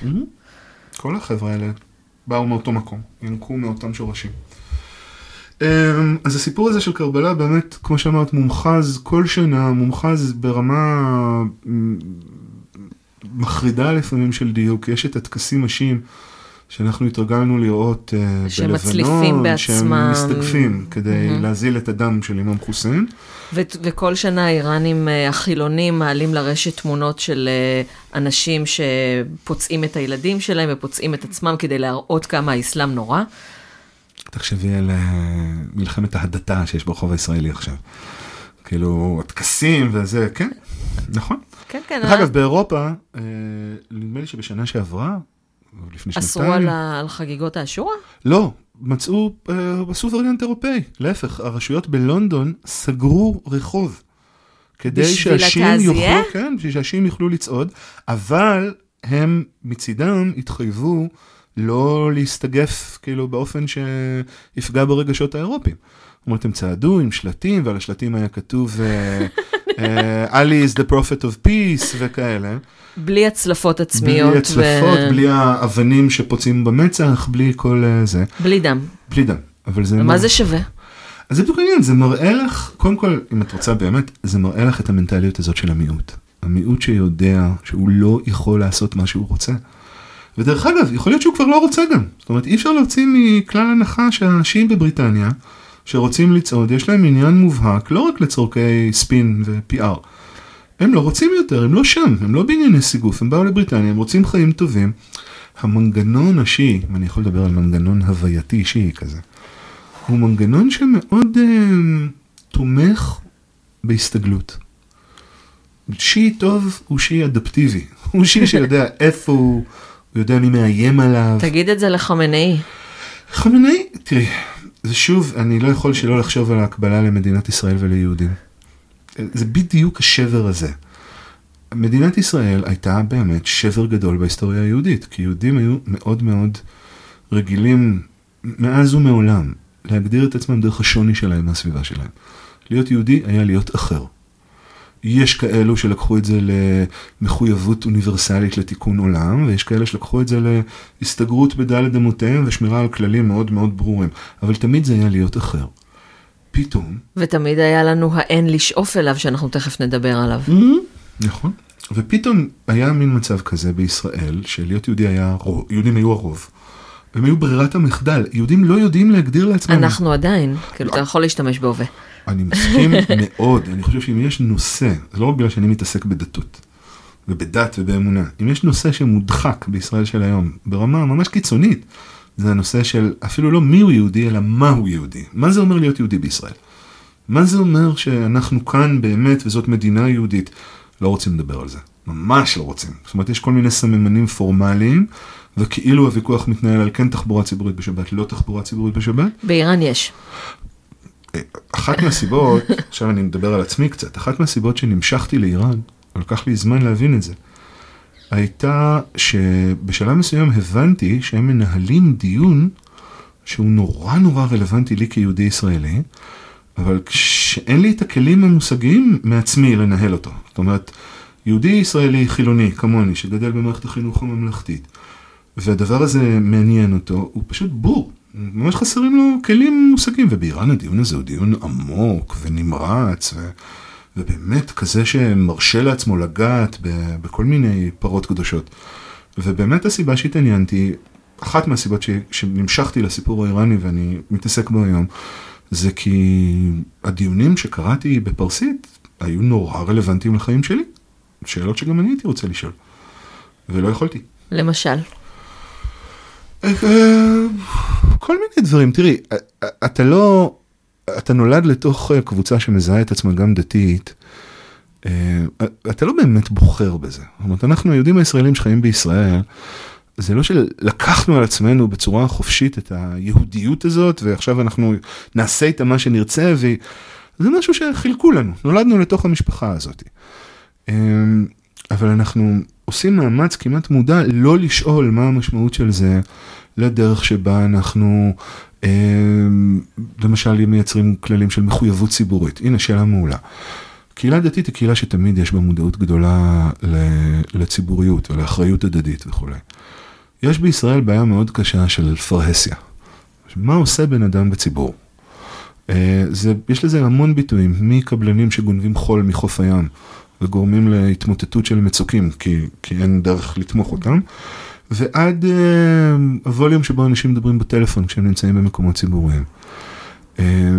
Speaker 1: כל החבר'ה האלה באו מאותו מקום, ינקו מאותם שורשים. אז הסיפור הזה של קרבלה באמת, כמו שאמרת, מומחז כל שנה, מומחז ברמה מחרידה לפעמים של דיוק. יש את הטקסים השיעים שאנחנו התרגלנו לראות בלבנון,
Speaker 3: שמצליפים בעצמם.
Speaker 1: שהם מסתגפים כדי mm-hmm. להזיל את הדם של אימאם חוסיין.
Speaker 3: ו- וכל שנה האיראנים החילונים מעלים לרשת תמונות של אנשים שפוצעים את הילדים שלהם ופוצעים את עצמם כדי להראות כמה האסלאם נורא.
Speaker 1: תחשבי על מלחמת ההדתה שיש ברחוב הישראלי עכשיו. כאילו, הטקסים וזה, כן, נכון.
Speaker 3: כן, כן.
Speaker 1: אגב, באירופה, נדמה לי שבשנה שעברה, לפני שנתיים.
Speaker 3: אסרו על, על חגיגות האשורה?
Speaker 1: לא, מצאו, עשו וריאנט אירופאי. להפך, הרשויות בלונדון סגרו רחוב. כדי שהשיעים יוכלו, כן, שהשיעים יוכלו לצעוד, אבל הם מצידם התחייבו לא להסתגף, כאילו, באופן שיפגע ברגשות האירופיים. זאת אומרת, הם צעדו עם שלטים, ועל השלטים היה כתוב, Ali is the prophet of peace, וכאלה.
Speaker 3: בלי הצלפות עצמיות.
Speaker 1: בלי הצלפות, ו... בלי האבנים שפוצעים במצח, בלי כל זה.
Speaker 3: בלי דם.
Speaker 1: בלי דם. אבל זה...
Speaker 3: מה מר... זה שווה?
Speaker 1: אז זה בדיוק עניין, זה מראה לך, קודם כל, אם את רוצה באמת, זה מראה לך את המנטליות הזאת של המיעוט. המיעוט שיודע שהוא לא יכול לעשות מה שהוא רוצה. ודרך אגב, יכול להיות שהוא כבר לא רוצה גם. זאת אומרת, אי אפשר להוציא מכלל הנחה שהאנשים בבריטניה, שרוצים לצעוד, יש להם עניין מובהק, לא רק לצורכי ספין ו-פי אר. הם לא רוצים יותר, הם לא שם, הם לא בענייני סיגוף, הם באו לבריטניה, הם רוצים חיים טובים. המנגנון השיעי, אם אני יכול לדבר על מנגנון הווייתי שיעי כזה, הוא מנגנון שמאוד אה, תומך בהסתגלות. שיעי טוב הוא שיעי אדפטיבי, הוא שיעי שיודע איפה הוא, הוא יודע מי מאיים עליו.
Speaker 3: תגיד את זה לחמנאי.
Speaker 1: חמנאי, תראי, זה שוב, אני לא יכול שלא לחשוב על ההקבלה למדינת ישראל וליהודים. זה בדיוק השבר הזה. מדינת ישראל הייתה באמת שבר גדול בהיסטוריה היהודית, כי יהודים היו מאוד מאוד רגילים מאז ומעולם להגדיר את עצמם דרך השוני שלהם מהסביבה שלהם. להיות יהודי היה להיות אחר. יש כאלו שלקחו את זה למחויבות אוניברסלית לתיקון עולם, ויש כאלה שלקחו את זה להסתגרות בדלת אמותיהם ושמירה על כללים מאוד מאוד ברורים. אבל תמיד זה היה להיות אחר. פתאום...
Speaker 3: ותמיד היה לנו האין לשאוף אליו, שאנחנו תכף נדבר עליו.
Speaker 1: נכון. ופתאום היה מין מצב כזה בישראל, שלהיות יהודי היה, יהודים היו הרוב. הם היו ברירת המחדל. יהודים לא יודעים להגדיר לעצמם.
Speaker 3: אנחנו עדיין, כאילו אתה יכול להשתמש בהווה.
Speaker 1: אני מסכים מאוד. אני חושב שאם יש נושא, זה לא רק בגלל שאני מתעסק בדתות, ובדת ובאמונה. אם יש נושא שמודחק בישראל של היום, ברמה ממש קיצונית, זה הנושא של אפילו לא מי הוא יהודי, אלא מה הוא יהודי. מה זה אומר להיות יהודי בישראל? מה זה אומר שאנחנו כאן באמת, וזאת מדינה יהודית? לא רוצים לדבר על זה. ממש לא רוצים. זאת אומרת, יש כל מיני סממנים פורמליים, וכאילו הוויכוח מתנהל על כן תחבורה ציבורית בשבת, לא תחבורה ציבורית בשבת.
Speaker 3: באיראן יש.
Speaker 1: אחת מהסיבות, עכשיו אני מדבר על עצמי קצת, אחת מהסיבות שנמשכתי לאיראן, ולקח לי זמן להבין את זה, הייתה שבשלב מסוים הבנתי שהם מנהלים דיון שהוא נורא נורא רלוונטי לי כיהודי ישראלי, אבל כשאין לי את הכלים המושגיים מעצמי לנהל אותו. זאת אומרת, יהודי ישראלי חילוני כמוני, שגדל במערכת החינוך הממלכתית, והדבר הזה מעניין אותו, הוא פשוט בור. ממש חסרים לו כלים מושגים, ובאיראן הדיון הזה הוא דיון עמוק ונמרץ, ו... ובאמת כזה שמרשה לעצמו לגעת ב... בכל מיני פרות קדושות. ובאמת הסיבה שהתעניינתי, אחת מהסיבות ש... שנמשכתי לסיפור האיראני ואני מתעסק בו היום, זה כי הדיונים שקראתי בפרסית היו נורא רלוונטיים לחיים שלי. שאלות שגם אני הייתי רוצה לשאול. ולא יכולתי.
Speaker 3: למשל?
Speaker 1: כל מיני דברים. תראי, אתה לא, אתה נולד לתוך קבוצה שמזהה את עצמה גם דתית, אתה לא באמת בוחר בזה. זאת אומרת, אנחנו היהודים הישראלים שחיים בישראל, זה לא שלקחנו על עצמנו בצורה חופשית את היהודיות הזאת, ועכשיו אנחנו נעשה איתה מה שנרצה, וזה משהו שחילקו לנו. נולדנו לתוך המשפחה הזאת. אבל אנחנו עושים מאמץ כמעט מודע לא לשאול מה המשמעות של זה לדרך שבה אנחנו למשל מייצרים כללים של מחויבות ציבורית. הנה שאלה מעולה. קהילה דתית היא קהילה שתמיד יש בה מודעות גדולה לציבוריות ולאחריות הדדית וכו'. יש בישראל בעיה מאוד קשה של פרהסיה. מה עושה בן אדם בציבור? זה, יש לזה המון ביטויים, מקבלנים שגונבים חול מחוף הים, וגורמים להתמוטטות של מצוקים, כי, כי אין דרך לתמוך אותם, ועד uh, הווליום שבו אנשים מדברים בטלפון, כשהם נמצאים במקומות ציבוריים. Uh,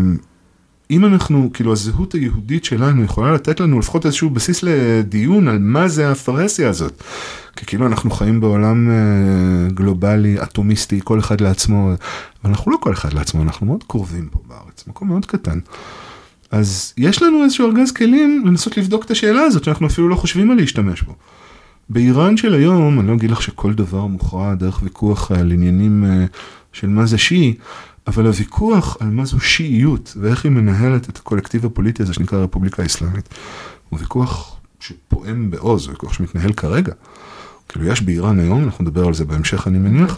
Speaker 1: אם אנחנו, כאילו, הזהות היהודית שלנו יכולה לתת לנו לפחות איזשהו בסיס לדיון על מה זה הפרהסיה הזאת. כי כאילו אנחנו חיים בעולם uh, גלובלי, אטומיסטי, כל אחד לעצמו, אבל אנחנו לא כל אחד לעצמו, אנחנו מאוד קרובים פה בארץ, מקום מאוד קטן. אז יש לנו איזשהו ארגז כלים לנסות לבדוק את השאלה הזאת, שאנחנו אפילו לא חושבים על להשתמש בו. באיראן של היום, אני לא אגיד לך שכל דבר מוכרע דרך ויכוח על עניינים של מה זה שיעי, אבל הוויכוח על מה זו שיעיות, ואיך היא מנהלת את הקולקטיב הפוליטי הזה שנקרא הרפובליקה האסלאמית, הוא ויכוח שפועם בעוז, הוא ויכוח שמתנהל כרגע. כאילו יש באיראן היום, אנחנו נדבר על זה בהמשך אני מניח,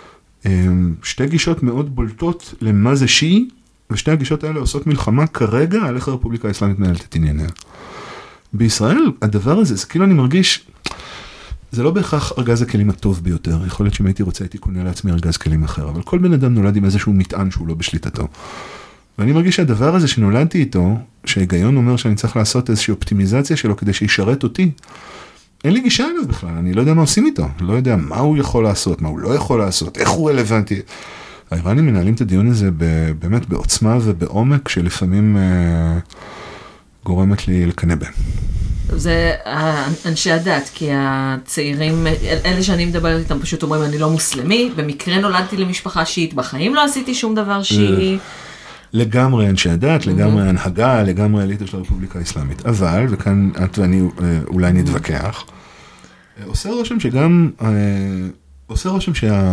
Speaker 1: שתי גישות מאוד בולטות למה זה שיעי, ושתי הגישות האלה עושות מלחמה כרגע על איך הרפובליקה האסלאמית מנהלת את ענייניה. בישראל, הדבר הזה, זה כאילו אני מרגיש, זה לא בהכרח ארגז הכלים הטוב ביותר, יכול להיות שאם הייתי רוצה, הייתי קונה לעצמי ארגז כלים אחר, אבל כל בן אדם נולד עם איזשהו מטען שהוא לא בשליטתו. ואני מרגיש שהדבר הזה שנולדתי איתו, שההיגיון אומר שאני צריך לעשות איזושהי אופטימיזציה שלו כדי שישרת אותי, אין לי גישה אליו בכלל, אני לא יודע מה עושים איתו, לא יודע מה הוא יכול לעשות, מה הוא לא יכול לעשות, איך הוא רלוונטי. האיראנים מנהלים את הדיון הזה באמת בעוצמה ובעומק, שלפעמים אה, גורמת לי לקנא בהם.
Speaker 3: זה אנשי הדת, כי הצעירים, אלה שאני מדברת איתם פשוט אומרים, אני לא מוסלמי, במקרה נולדתי למשפחה שיעית, בחיים לא עשיתי שום דבר שיעי.
Speaker 1: לגמרי אנשי הדת, לגמרי הנהגה, לגמרי אליטה של הרפובליקה האסלאמית. אבל, וכאן את ואני אולי נתווכח, עושה רושם שגם, עושה רושם שה...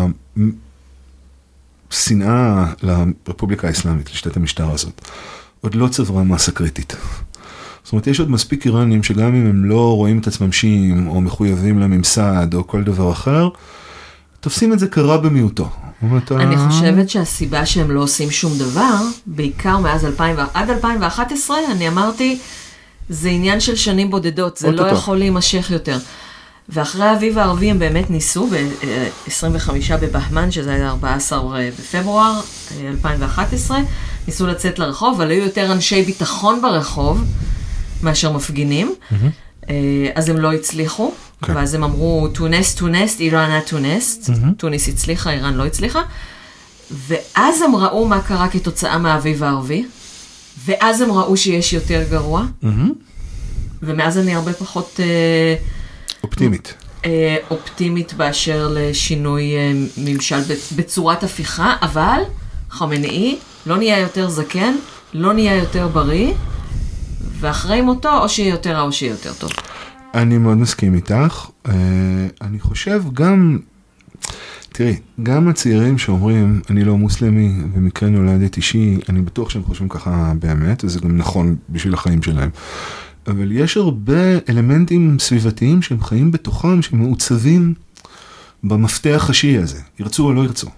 Speaker 1: שנאה לרפובליקה האסלאמית, לשתת המשטר הזאת, עוד לא צברה מסה קריטית. זאת אומרת, יש עוד מספיק איראנים שגם אם הם לא רואים את עצמם שיעים, או מחויבים לממסד, או כל דבר אחר, תופסים את זה קרה במיעוטו.
Speaker 3: אני חושבת שהסיבה שהם לא עושים שום דבר, בעיקר מאז אלפיים עד אלפיים ואחת עשרה, אני אמרתי, זה עניין של שנים בודדות, זה לא
Speaker 1: אוטוטו.
Speaker 3: יכול להימשך יותר. ואחרי האביב הערבי הם באמת ניסו, ב-עשרים וחמישה בבהמן, שזה היה ארבעה עשר בפברואר אלפיים ואחת עשרה, ניסו לצאת לרחוב, אבל היו יותר אנשי ביטחון ברחוב, מאשר מפגינים, אז הם לא הצליחו, ואז הם אמרו, טונס, טונס, איראן הטונס, טוניס הצליחה, איראן לא הצליחה, ואז הם ראו מה קרה כתוצאה מהאביב הערבי, ואז הם ראו שיש יותר גרוע, ומאז אני הרבה פחות
Speaker 1: אופטימית.
Speaker 3: אופטימית באשר לשינוי ממשל בצורת הפיכה, אבל חמינאי לא נהיה יותר זקן, לא נהיה יותר בריא, ואחרי מותו או שיהיה יותר רע או שיהיה יותר טוב.
Speaker 1: אני מאוד מסכים איתך. אני חושב גם, תראי, גם הצעירים שאומרים, אני לא מוסלמי ומקרה נולדת אישי, אני בטוח שהם חושבים ככה באמת, וזה גם נכון בשביל החיים שלהם. אבל יש הרבה אלמנטים סביבתיים שהם חיים בתוכם, שהם מעוצבים במפתח השיעי הזה, ירצו או לא ירצו.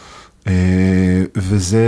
Speaker 1: וזה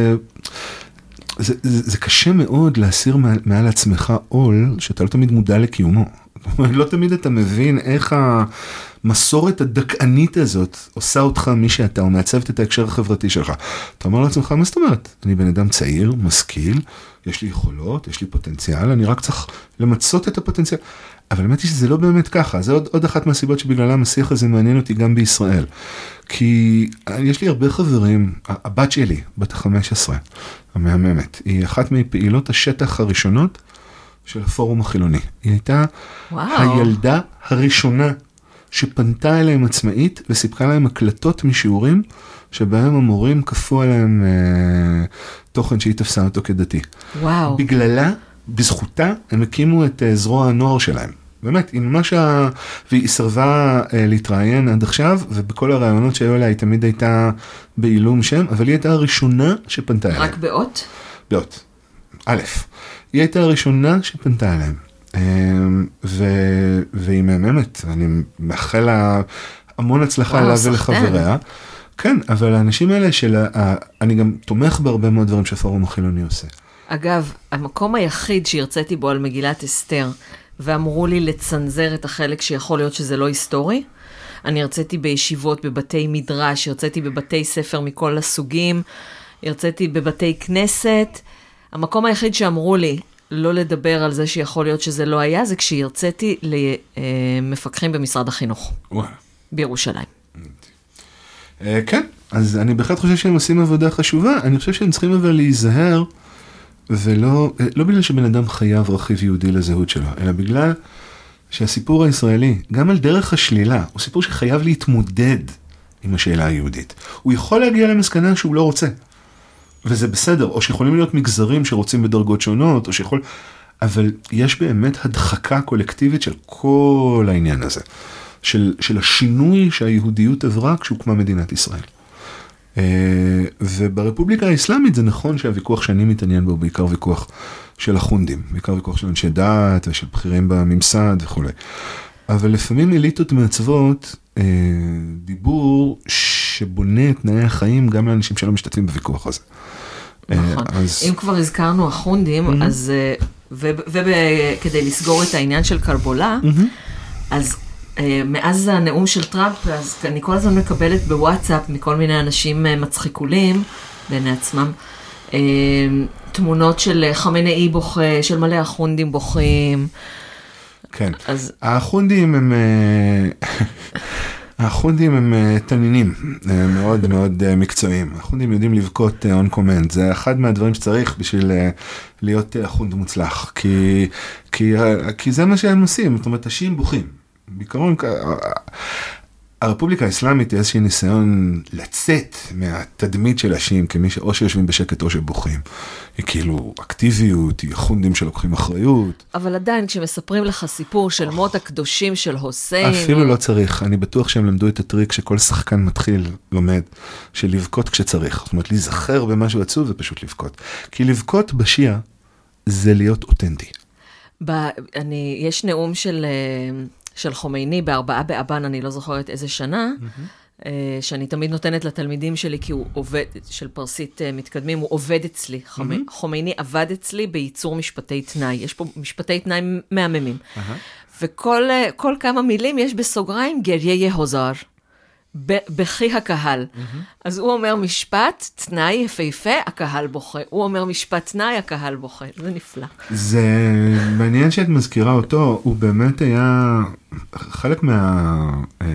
Speaker 1: זה, זה, זה קשה מאוד להסיר מעל עצמך עול, שאתה לא תמיד מודע לקיומו. לא תמיד אתה מבין איך המסורת הדקענית הזאת עושה אותך מי שאתה, או מעצבת את ההקשר החברתי שלך. אתה אומר לעצמך, מה זאת אומרת? אני בן אדם צעיר, משכיל, יש לי יכולות, יש לי פוטנציאל, אני רק צריך למצות את הפוטנציאל. אבל האמת היא שזה לא באמת ככה. זה עוד, עוד אחת מהסיבות שבגללם השיח הזה מעניין אותי גם בישראל. כי יש לי הרבה חברים, הבת שלי, בת ה-חמש עשרה, המהממת, היא אחת מפעילות השטח הראשונות של הפורום החילוני. היא הייתה וואו. הילדה הראשונה שפנתה אליהם עצמאית וסיפקה להם הקלטות משיעורים שבהם המורים כפו עליהם אה, תוכן שהיא תפסה אותו כדתי.
Speaker 3: וואו.
Speaker 1: בגללה, בזכותה, הם הקימו את אה, זרוע הנוער שלהם. באמת, היא ממש, ה... והיא סרבה אה, להתראיין עד עכשיו, ובכל הרעיונות שהיו לה היא תמיד הייתה בעילום שם, אבל היא הייתה הראשונה שפנתה אליהם.
Speaker 3: רק באות?
Speaker 1: באות. א', היא הייתה הראשונה שפנתה אליהם. ו... והיא מהממת, ואני מאחל לה המון הצלחה אליו ולחבריה. כן, אבל האנשים האלה של, אני גם תומך בהרבה מאוד דברים שהפורום החילוני עושה.
Speaker 3: אגב, המקום היחיד שהרציתי בו על מגילת אסתר, ואמרו לי לצנזר את החלק שיכול להיות שזה לא היסטורי, אני הרציתי בישיבות, בבתי מדרש, הרציתי בבתי ספר מכל הסוגים, הרציתי בבתי כנסת. המקום היחיד שאמרו לי לא לדבר על זה שיכול להיות שזה לא היה, זה כשהרציתי למפקחים במשרד החינוך.
Speaker 1: וואו.
Speaker 3: בירושלים.
Speaker 1: כן, אז אני בהחלט חושב שהם עושים עבודה חשובה, אני חושב שהם צריכים אבל להיזהר, ולא, לא בגלל שבן אדם חייב רכיב יהודי לזהות שלו, אלא בגלל שהסיפור הישראלי, גם על דרך השלילה, הוא סיפור שחייב להתמודד עם השאלה היהודית. הוא יכול להגיע למסקנה שהוא לא רוצה, וזה בסדר, או שיכולים להיות מגזרים שרוצים בדרגות שונות, או שיכול, אבל יש באמת הדחקה קולקטיבית של כל העניין הזה, של, של השינוי שהיהודיות עברה כשהוקמה מדינת ישראל. וברפובליקה האסלאמית זה נכון שהוויכוח שאני מתעניין בו, בעיקר ויכוח של החונדים, בעיקר ויכוח של אנשי דת ושל בכירים בממסד וכו'. אבל לפעמים אליטות מעצבות דיבור שבונה את תנאי החיים גם לאנשים שלא משתתפים בוויכוח הזה.
Speaker 3: נכון. אז... אם כבר הזכרנו החונדים, mm-hmm. אז, וכדי לסגור את העניין של קרבולה, mm-hmm. אז מאז הנאום של טראמפ, אז אני כל הזמן מקבלת בוואטסאפ מכל מיני אנשים מצחיקולים, בעיני עצמם, תמונות של חמינאי בוכה, של מלא החונדים בוכים.
Speaker 1: כן, אז... החונדים הם... החונדים הם תנינים, מאוד מאוד מקצועיים. החונדים יודעים לבכות on command. זה אחד מהדברים שצריך בשביל להיות חונד מוצלח. כי, כי, כי זה מה שהם עושים. זאת אומרת, השיעים בוכים. בעיקרון, הרפובליקה האסלאמית היא איזושהי ניסיון לצאת מהתדמית של השיעים, כמי שאו שיושבים בשקט או שבוכים. היא כאילו אקטיביות, היא חונדים שלוקחים אחריות.
Speaker 3: אבל עדיין, כשמספרים לך סיפור של מות הקדושים של הוסיין...
Speaker 1: אפילו לא צריך. אני בטוח שהם למדו את הטריק שכל שחקן מתחיל, לומד, של לבכות כשצריך. זאת אומרת, להיזכר במשהו עצוב ופשוט לבכות. כי לבכות בשיעה זה להיות אותנטי. יש נאום של... של חומייני בארבעה באבן, אני לא זוכרת איזה שנה, mm-hmm.
Speaker 3: שאני תמיד נותנת לתלמידים שלי, כי הוא עובד, של פרסית מתקדמים, הוא עובד אצלי. חומייני עבד אצלי בייצור משפטי תנאי. יש פה משפטי תנאי מהממים. וכל כל כמה מילים יש בסוגריים גריה יהוזר. בכי הקהל. אז הוא אומר משפט, תנאי, יפהפה, הקהל בוכה. הוא אומר משפט תנאי, הקהל בוכה. זה נפלא.
Speaker 1: זה מעניין שאת מזכירה אותו, הוא באמת היה חלק מה...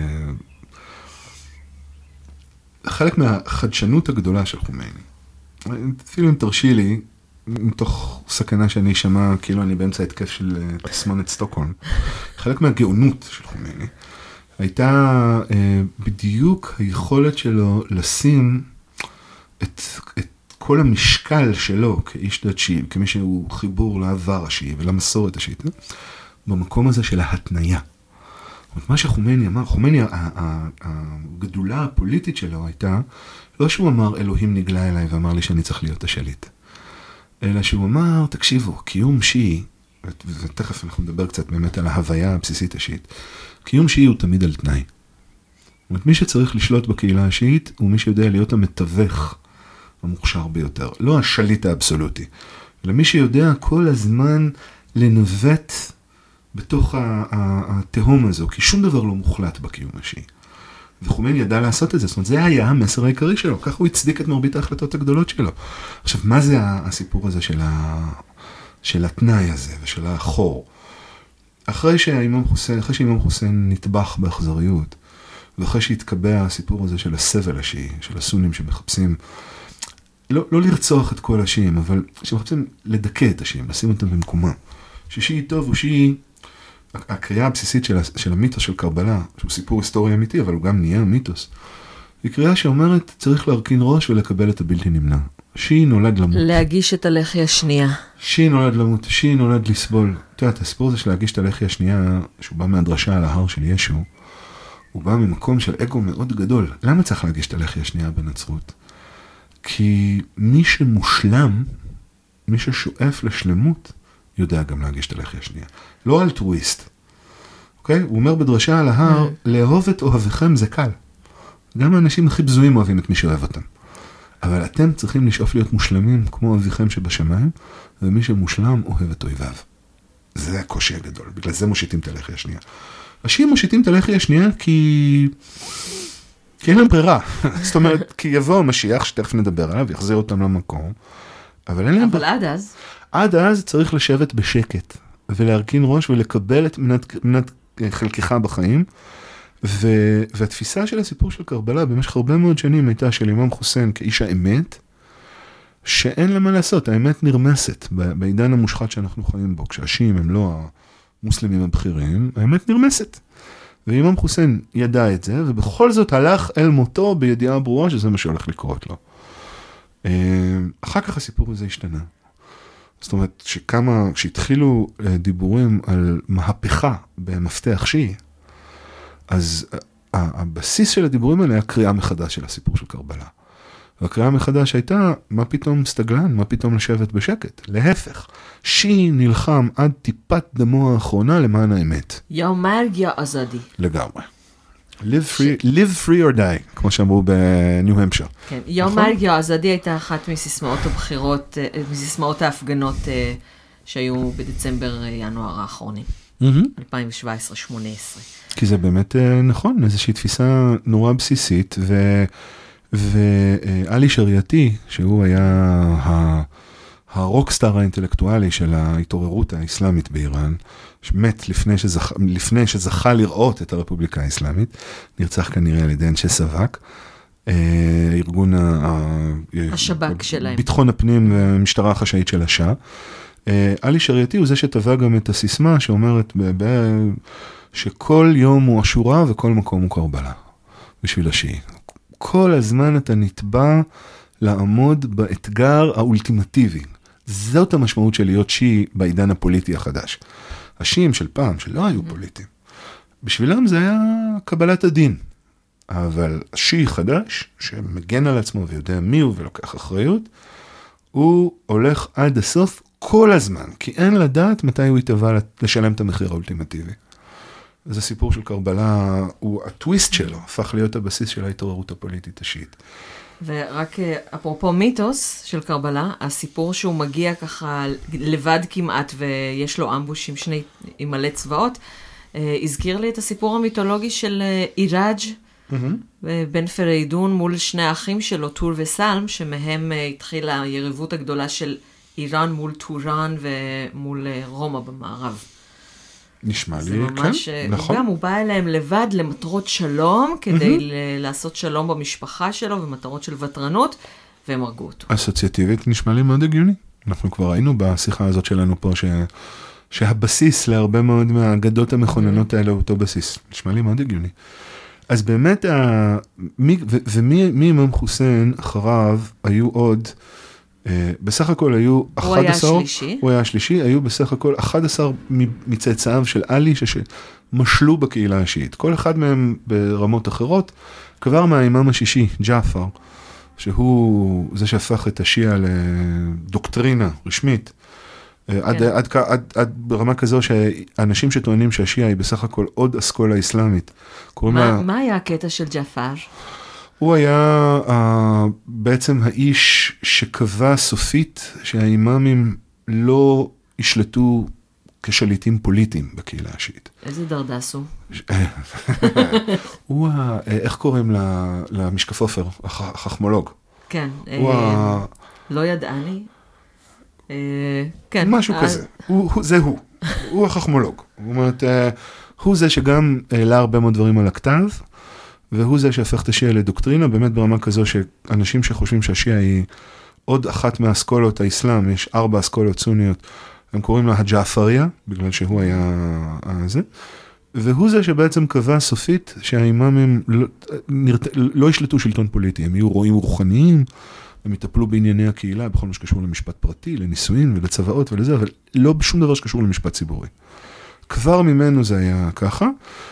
Speaker 1: חלק מהחדשנות הגדולה של חומייני. אפילו אם תרשי לי, מתוך סכנה שאני אשמע, כאילו אני באמצע התקף של תסמונת סטוקהולם, חלק מהגאונות של חומייני, הייתה אה, בדיוק היכולת שלו לשים את, את כל המשקל שלו כאיש דת שיעי, כמי שהוא חיבור לעבר השיעי ולמסורת השיעית, במקום הזה של ההתניה. מה שחומייני אמר, חומייני, הגדולה הפוליטית שלו הייתה, לא שהוא אמר אלוהים נגלה אליי ואמר לי שאני צריך להיות השליט, אלא שהוא אמר, תקשיבו, קיום שיעי, ותכף אנחנו נדבר קצת באמת על ההוויה הבסיסית השיעית, קיום שיעי הוא תמיד על תנאי. זאת אומרת, מי שצריך לשלוט בקהילה השיעית, הוא מי שיודע להיות המתווך המוכשר ביותר, לא השליט האבסולוטי, אלא מי שיודע כל הזמן לנווט בתוך התהום הזו, כי שום דבר לא מוחלט בקיום השיעי. וחומייני ידע לעשות את זה, זאת אומרת, זה היה המסר העיקרי שלו, ככה הוא הצדיק את מרבית ההחלטות הגדולות שלו. עכשיו, מה זה הסיפור הזה של, ה... של התנאי הזה ושל החור? אחרי שהאימאם חוסיין, אחרי שהאימאם חוסיין נטבח באכזריות, ואחרי שהתקבע הסיפור הזה של הסבל השיעי, של הסונים שמחפשים, לא, לא לרצוח את כל השיעים, אבל שמחפשים לדכא את השיעים, לשים אותם במקומם. ששיעי טוב הוא שיעי, הקריאה הבסיסית של, של המיתוס של קרבלה, שהוא סיפור היסטורי אמיתי, אבל הוא גם נהיה מיתוס, היא קריאה שאומרת, צריך להרכין ראש ולקבל את הבלתי נמנע. שיעי נולד למות.
Speaker 3: להגיש את הלחי השנייה.
Speaker 1: שיעי נולד למות, שיעי נולד לסבול. אתה יודע, הסיפור הזה של להגיש את הלחי השנייה, שהוא בא מהדרשה על ההר של ישו, הוא בא ממקום של אגו מאוד גדול. למה צריך להגיש את הלחי השנייה בנצרות? כי מי שמושלם, מי ששואף לשלמות, יודע גם להגיש את הלחי השנייה. לא אלטרואיסט. אוקיי? הוא אומר בדרשה על ההר, לאהוב את אוהביכם זה קל. גם האנשים הכי בזויים אוהבים את מי שאוהב אותם. אבל אתם צריכים לשאוף להיות מושלמים כמו אביכם שבשמיים, ומי שמושלם אוהב את אויביו. זה הקושי הגדול. בגלל זה מושיטים את הלחי השנייה. השיעים מושיטים את הלחי השנייה כי... כי אין להם ברירה. זאת אומרת, כי יבוא המשיח, שתכף נדבר עליו, יחזיר אותם למקום, אבל אין להם
Speaker 3: אבל עד אז?
Speaker 1: עד אז צריך לשבת בשקט, ולהרכין ראש ולקבל את מנת, מנת חלקך בחיים, ו, והתפיסה של הסיפור של קרבלה במשך הרבה מאוד שנים הייתה של אימאם חוסיין כאיש האמת, שאין לה מה לעשות, האמת נרמסת בעידן המושחת שאנחנו חיים בו, כשהשיעים הם לא המוסלמים הבכירים, האמת נרמסת. ואימאם חוסיין ידע את זה, ובכל זאת הלך אל מותו בידיעה ברורה שזה מה שהולך לקרות לו. אחר כך הסיפור הזה השתנה. זאת אומרת, שכמה, כשהתחילו דיבורים על מהפכה במפתח שיעי, אז הבסיס של הדיבורים האלה היה קריאה מחדש של הסיפור של קרבלה. והקריאה מחדש הייתה, מה פתאום סטגלן? מה פתאום לשבת בשקט? להפך, שיעי נלחם עד טיפת דמו האחרונה למען האמת.
Speaker 3: יאמר יא עזדי.
Speaker 1: לגמרי. live free, live free or die, כמו שאמרו בניו המפשר.
Speaker 3: כן, יאמר יא עזדי הייתה אחת מסיסמאות הבחירות, מסיסמאות ההפגנות שהיו בדצמבר-ינואר האחרונים. אלפיים שבע עשרה שמונה עשרה.
Speaker 1: כי זה באמת נכון, איזושהי תפיסה נורא בסיסית, ו... ואלי שריעתי, שהוא היה הרוקסטאר האינטלקטואלי של ההתעוררות האסלאמית באיראן, שמת לפני שזכ... לפני שזכה לראות את הרפובליקה האסלאמית, נרצח כנראה על ידי אנשי סבק, ארגון
Speaker 3: השב"כ שלהם.
Speaker 1: ביטחון הפנים והמשטרה החשאית של השאה. אלי שריעתי הוא זה שטבע גם את הסיסמה שאומרת שכל יום הוא אשורה וכל מקום הוא קרבלה, בשביל השיעי. כל הזמן אתה נתבע לעמוד באתגר האולטימטיבי. זאת המשמעות של להיות שיעי בעידן הפוליטי החדש. השיעים של פעם, שלא היו פוליטיים, בשבילם זה היה קבלת הדין. אבל שיעי חדש, שמגן על עצמו ויודע מי הוא ולוקח אחריות, הוא הולך עד הסוף כל הזמן, כי אין לדעת מתי הוא יתבע לשלם את המחיר האולטימטיבי. אז הסיפור של קרבלה, הוא, הטוויסט שלו, הפך להיות הבסיס של ההתעוררות הפוליטית השיעית.
Speaker 3: ורק אפרופו מיתוס של קרבלה, הסיפור שהוא מגיע ככה לבד כמעט, ויש לו אמבוש עם שני, עם מלא צבאות, הזכיר לי את הסיפור המיתולוגי של איראג' בן פרידון מול שני האחים שלו, טור וסלם, שמהם התחילה היריבות הגדולה של איראן מול טורן ומול רומא במערב.
Speaker 1: נשמע לי,
Speaker 3: ממש,
Speaker 1: כן, נכון.
Speaker 3: גם הוא בא אליהם לבד למטרות שלום, כדי ל- לעשות שלום במשפחה שלו, ומטרות של וטרנות, והם הרגו אותו.
Speaker 1: אסוציאטיבית נשמע לי מאוד הגיוני. אנחנו כבר ראינו בשיחה הזאת שלנו פה, ש... שהבסיס להרבה מאוד מהאגדות המכוננות האלה הוא אותו בסיס. נשמע לי מאוד הגיוני. אז באמת, ה... מי... ו... ומי מי אימאם חוסיין אחריו היו עוד, אה, בסך הכל היו אחד עשר,
Speaker 3: הוא היה השלישי.
Speaker 1: הוא היה השלישי, היו בסך הכל אחד עשר מצאצאיו של עלי, שמשלו בקהילה השיעית. כל אחד מהם ברמות אחרות, כבר מהאימאם השישי, ג'אפר, שהוא זה שהפך את השיעה לדוקטרינה רשמית, כן. עד, עד, עד, עד ברמה כזו שאנשים שטוענים שהשיעה היא בסך הכל עוד אסכולה אסלאמית.
Speaker 3: מה,
Speaker 1: לה...
Speaker 3: מה היה הקטע של ג'אפר?
Speaker 1: הוא היה uh, בעצם האיש שקבע סופית שהאימאמים לא ישלטו כשליטים פוליטיים בקהילה השיעית.
Speaker 3: איזה דרדס הוא?
Speaker 1: הוא, ה... איך קוראים למשקף עופר? החכמולוג.
Speaker 3: כן.
Speaker 1: הוא ה...
Speaker 3: לא ידעני. כן.
Speaker 1: משהו כזה. זה הוא. הוא החכמולוג. זאת אומרת, הוא זה שגם העלה הרבה מאוד דברים על הכתב, והוא זה שהפך את השיעה לדוקטרינה, באמת ברמה כזו שאנשים שחושבים שהשיעה היא עוד אחת מהאסכולות האסלאם, יש ארבע אסכולות סוניות, הם קוראים לה הג'אפריה, בגלל שהוא היה זה, והוא זה שבעצם קבע סופית שהאימאמים לא, נרט... לא ישלטו שלטון פוליטי, הם יהיו רואים רוחניים, הם יטפלו בענייני הקהילה, בכל מה שקשור למשפט פרטי, לנישואין ולצוואות ולזה, אבל לא בשום דבר שקשור למשפט ציבורי. כבר ממנו זה היה ככה,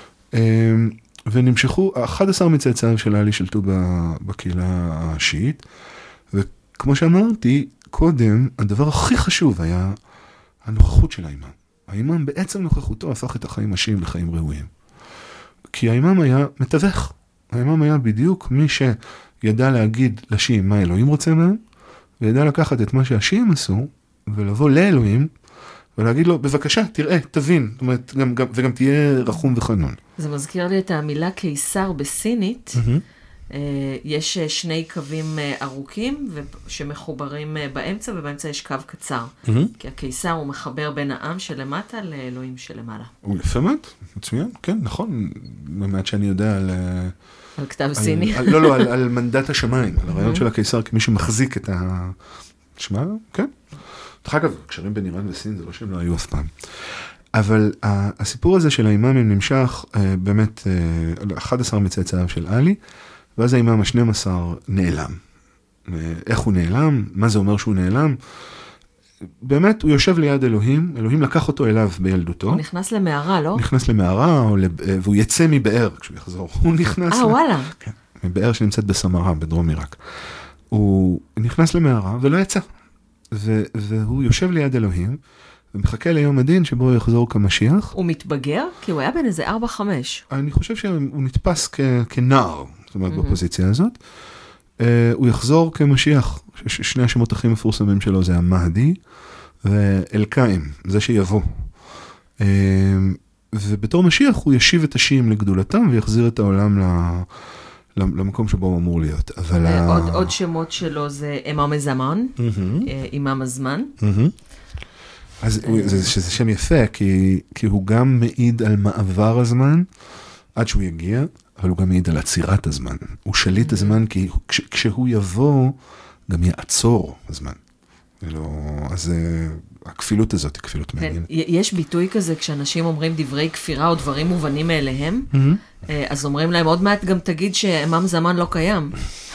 Speaker 1: ונמשכו, אחד עשר מצאצאיו של עלי שלטו בקהילה השיעית, וכמו שאמרתי, קודם, הדבר הכי חשוב היה הנוכחות של האימאם. האימאם בעצם נוכחותו הפך את החיים השיעים לחיים ראויים. כי האימאם היה מתווך. האימאם היה בדיוק מי שידע להגיד לשיעים מה אלוהים רוצה מהם, וידע לקחת את מה שהשיעים עשו, ולבוא לאלוהים, ולהגיד לו, בבקשה, תראה, תבין, זאת אומרת, גם, גם, וגם תהיה רחום וחנון.
Speaker 3: זה מזכיר לי את המילה קיסר בסינית. Mm-hmm. יש שני קווים ארוכים שמחוברים באמצע, ובאמצע יש קו קצר. Mm-hmm. כי הקיסר הוא מחבר בין העם שלמטה לאלוהים שלמעלה.
Speaker 1: הוא יפה מאוד, מצוין, כן, נכון. באמת שאני יודע על...
Speaker 3: על כתב על, סיני.
Speaker 1: על, לא, לא, על, על מנדט השמיים, על הרעיון mm-hmm. של הקיסר כמי שמחזיק את ה... שמה? כן. דרך אגב, קשרים בין איראן וסין, זה לא שהם לא היו אף פעם. אבל הסיפור הזה של האימאמים נמשך באמת אחד עשר מצאצאיו של עלי, ואז האימאם ה-שנים עשר נעלם. איך הוא נעלם? מה זה אומר שהוא נעלם? באמת, הוא יושב ליד אלוהים, אלוהים לקח אותו אליו בילדותו.
Speaker 3: הוא נכנס למערה, לא?
Speaker 1: נכנס למערה, והוא יצא מבאר כשהוא יחזור. הוא נכנס...
Speaker 3: אה, וואלה.
Speaker 1: כן, מבאר שנמצאת בסמרה, בדרום עיראק. הוא נכנס למערה ולא יצא. והוא יושב ליד אלוהים, ומחכה ליום הדין שבו הוא יחזור כמשיח.
Speaker 3: הוא מתבגר? כי הוא היה בין איזה ארבע חמש.
Speaker 1: אני חושב שהוא נתפס כנער, זאת אומרת, בפוזיציה הזאת. הוא יחזור כמשיח. שני השמות הכי מפורסמים שלו זה המהדי, ואלקיים, זה שיבוא. ובתור משיח הוא ישיב את השיעים לגדולתם, ויחזיר את העולם למקום שבו הוא אמור להיות.
Speaker 3: עוד שמות שלו זה אימאם הזמן, אימאם הזמן.
Speaker 1: אז זה שם יפה, כי, כי הוא גם מעיד על מעבר הזמן, עד שהוא יגיע, אבל הוא גם מעיד על עצירת הזמן. הוא שליט הזמן, כי כש, כשהוא יבוא, גם יעצור הזמן. אז הכפילות הזאת היא כפילות מעניינת.
Speaker 3: יש ביטוי כזה, כשאנשים אומרים דברי כפירה או דברים מובנים מאליהם, אז אומרים להם, עוד מעט גם תגיד שאימאם זמן לא קיים.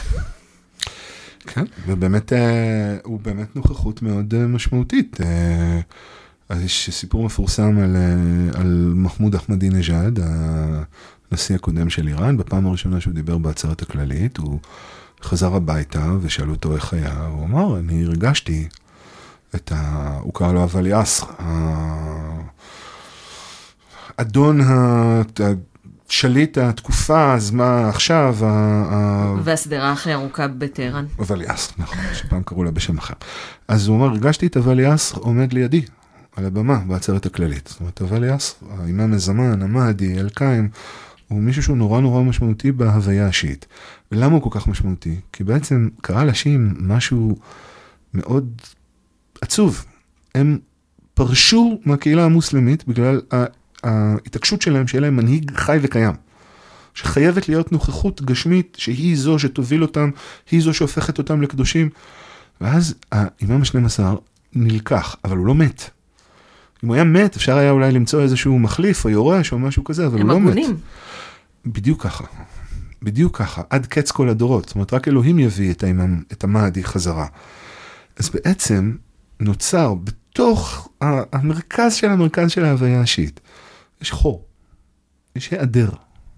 Speaker 1: כן, ובאמת, הוא באמת נוכחות מאוד משמעותית. אז יש סיפור מפורסם על, על מחמוד אחמדינג'אד, הנשיא הקודם של איראן, בפעם הראשונה שהוא דיבר בעצרת הכללית, הוא חזר הביתה ושאלו אותו איך היה, הוא אמר, אני הרגשתי את ה... הוא קרא לו אבל יאסר, האדון השליט התקופה, אז מה עכשיו?
Speaker 3: והסדרה הכי ארוכה בטהרן.
Speaker 1: וליאס, נכון, שפעם קראו לה בשם אחר. אז הוא אומר, הרגשתי את וליאס עומד לידי, על הבמה, בעצרת הכללית. זאת אומרת, וליאס, האימאם הזמן, המהדי, אלקיים, הוא מישהו שהוא נורא נורא משמעותי בהוויה השיעית. ולמה הוא כל כך משמעותי? כי בעצם קרה לשיעים משהו מאוד עצוב. הם פרשו מהקהילה המוסלמית בגלל ההתעקשות שלהם, שיהיה להם מנהיג חי וקיים. שחייבת להיות נוכחות גשמית, שהיא זו שתוביל אותם, היא זו שהופכת אותם לקדושים. ואז האימאם ה-שנים עשר נלקח, אבל הוא לא מת. אם הוא היה מת, אפשר היה אולי למצוא איזשהו מחליף או יורש או משהו כזה, אבל הוא לא מת. הם הגונים. בדיוק ככה. בדיוק ככה, עד קץ כל הדורות. זאת אומרת, רק אלוהים יביא את האימאם, את המהדי חזרה. אז בעצם נוצר בתוך המרכז של המרכז של ההוויה השיעית. יש חור. יש היעדר.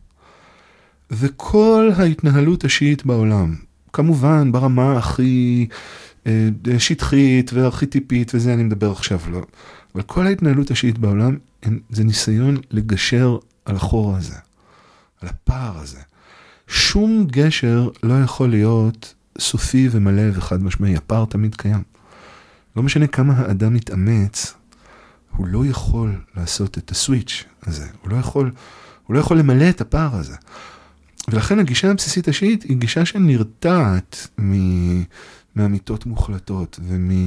Speaker 1: וכל ההתנהלות השיעית בעולם, כמובן ברמה הכי אה, שטחית וארכיטיפית, וזה אני מדבר עכשיו, לא. אבל כל ההתנהלות השיעית בעולם, זה ניסיון לגשר על החור הזה, על הפער הזה. שום גשר לא יכול להיות סופי ומלא וחד משמעי, הפער תמיד קיים. לא משנה כמה האדם מתאמץ, הוא לא יכול לעשות את הסוויץ' הזה, הוא לא יכול, הוא לא יכול למלא את הפער הזה. ולכן הגישה הבסיסית השיעית היא גישה שנרתעת מאמיתות מוחלטות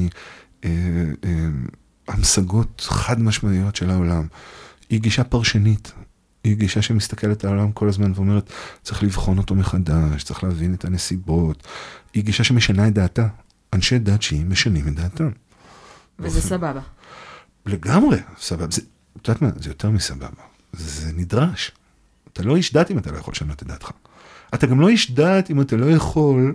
Speaker 1: ומהמשגות חד משמעיות של העולם. היא גישה פרשנית, היא גישה שמסתכלת על העולם כל הזמן ואומרת, צריך לבחון אותו מחדש, צריך להבין את הנסיבות. היא גישה שמשנה את דעתה. אנשי דת שיעים משנים את דעתם.
Speaker 3: וזה סבבה.
Speaker 1: לגמרי, סבבה. זה, את יודעת מה, זה יותר מסבבה. זה נדרש. אתה לא איש דת אם אתה לא יכול לשנות את דעתך. אתה גם לא איש דת אם אתה לא יכול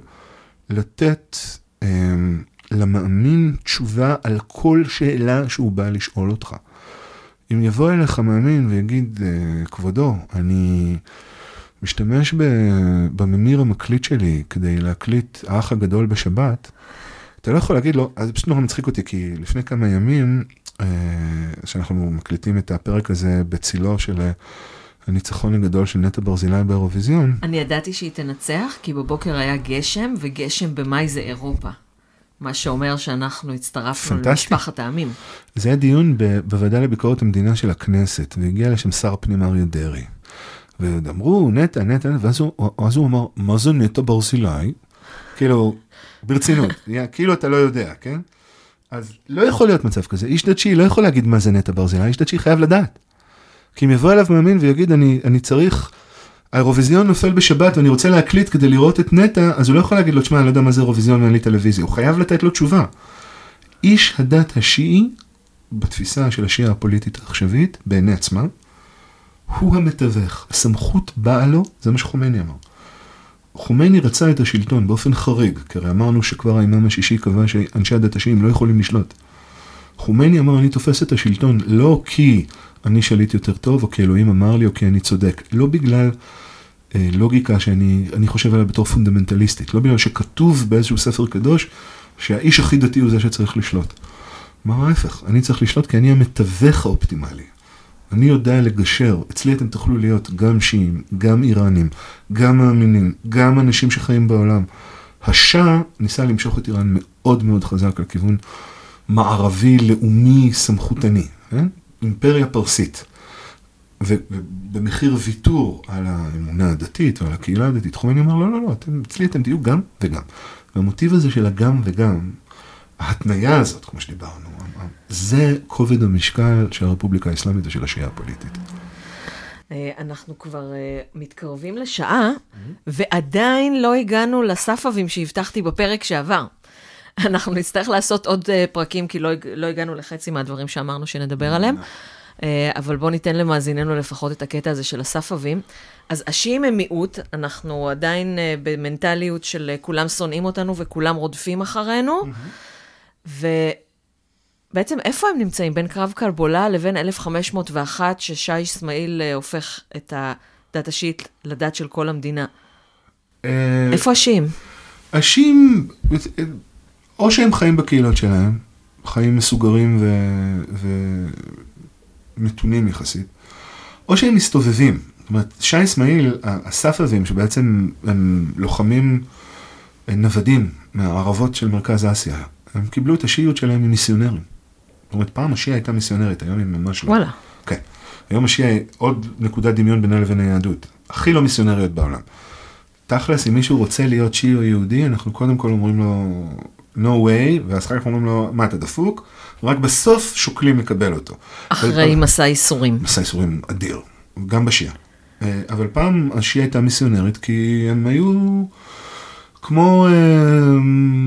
Speaker 1: לתת אה, למאמין תשובה על כל שאלה שהוא בא לשאול אותך. אם יבוא אליך מאמין ויגיד, אה, כבודו, אני משתמש בממיר המקליט שלי כדי להקליט האח הגדול בשבת, אתה לא יכול להגיד לו, אז פשוט נורא מצחיק אותי, כי לפני כמה ימים, אה, שאנחנו מקליטים את הפרק הזה בצילו של הניצחון הגדול של נטע ברזילי באירוויזיון.
Speaker 3: אני ידעתי שהיא תנצח, כי בבוקר היה גשם, וגשם במאי זה אירופה. מה שאומר שאנחנו הצטרפנו למשפחת העמים.
Speaker 1: זה היה דיון בוועדה לביקורת המדינה של הכנסת, והגיע לשם שר פנים אריה דרעי. ואמרו, נטע, נטע, ואז הוא, ואז הוא אמר, מה זה נטע ברזילי? כאילו, ברצינות, כאילו אתה לא יודע, כן? אז לא יכול להיות מצב כזה. איש דתשי לא יכול להגיד מה זה נטע ברזילי, איש דתשי חייב לדעת. כי אם יבוא אליו מאמין ויגיד, אני, אני צריך, האירוויזיון נופל בשבת ואני רוצה להקליט כדי לראות את נטע, אז הוא לא יכול להגיד לו, תשמע, אני לא יודע מה זה אירוויזיון ואין לי טלוויזיה. הוא חייב לתת לו תשובה. איש הדת השיעי, בתפיסה של השיעה הפוליטית העכשווית, בעיני עצמה, הוא המתווך. הסמכות באה לו, זה מה שחומני אמר. חומני רצה את השלטון באופן חריג, כי הרי אמרנו שכבר האימאם השישי קבע שאנשי הדת השיעים לא יכולים לשלוט. חומני אמר, אני תופס את השלטון לא כי אני שליט יותר טוב, או כי אלוהים אמר לי, או כי אני צודק. לא בגלל אה, לוגיקה שאני אני חושב עליה בתור פונדמנטליסטית. לא בגלל שכתוב באיזשהו ספר קדוש, שהאיש הכי דתי הוא זה שצריך לשלוט. מה ההפך? אני צריך לשלוט כי אני המתווך האופטימלי. אני יודע לגשר. אצלי אתם תוכלו להיות גם שיעים, גם איראנים, גם מאמינים, גם אנשים שחיים בעולם. השאה ניסה למשוך את איראן מאוד מאוד חזק לכיוון מערבי, לאומי, סמכותני. כן? אימפריה פרסית. ובמחיר ויתור על האמונה הדתית ועל הקהילה הדתית, חומני אומר, לא, לא, לא, אתם, אצלי אתם תהיו גם וגם. והמוטיב הזה של הגם וגם, ההתניה הזאת, כמו שדיברנו, זה כובד המשקל של הרפובליקה האסלאמית ושל השיעה הפוליטית.
Speaker 3: אנחנו כבר מתקרבים לשעה, ועדיין לא הגענו לספבים שהבטחתי בפרק שעבר. אנחנו נצטרך לעשות עוד פרקים, כי לא, לא הגענו לחצי מהדברים שאמרנו שנדבר עליהם, אבל בואו ניתן למאזיננו לפחות את הקטע הזה של הספבים. אז השיעים הם מיעוט, אנחנו עדיין במנטליות של כולם שונאים אותנו וכולם רודפים אחרינו, ובעצם איפה הם נמצאים? בין קרב קרבולה לבין אלף חמש מאות ואחת, ששי אסמאעיל הופך את הדת השיעית לדת של כל המדינה. איפה השיעים?
Speaker 1: השיעים, או שהם חיים בקהילות שלהם, חיים מסוגרים ומתונים יחסית, או שהם מסתובבים. זאת אומרת, שי אסמאעיל, הספבים שבעצם הם לוחמים נוודים מהערבות של מרכז אסיה, הם קיבלו את השיעיות שלהם ממיסיונרים. זאת אומרת, פעם השיעה הייתה מיסיונרית, היום היא ממש לא.
Speaker 3: וואלה.
Speaker 1: כן. היום השיעה היא עוד נקודת דמיון בינה לבין היהדות. הכי לא מיסיונריות בעולם. תכלס, אם מישהו רוצה להיות שיעי או יהודי, אנחנו קודם כל אומרים לו no way, ואז אחר כך אומרים לו, מה אתה דפוק? רק בסוף שוקלים לקבל אותו.
Speaker 3: אחרי מסע איסורים.
Speaker 1: מסע איסורים אדיר, גם בשיעה. אבל פעם השיעה הייתה מיסיונרית, כי הם היו כמו אה,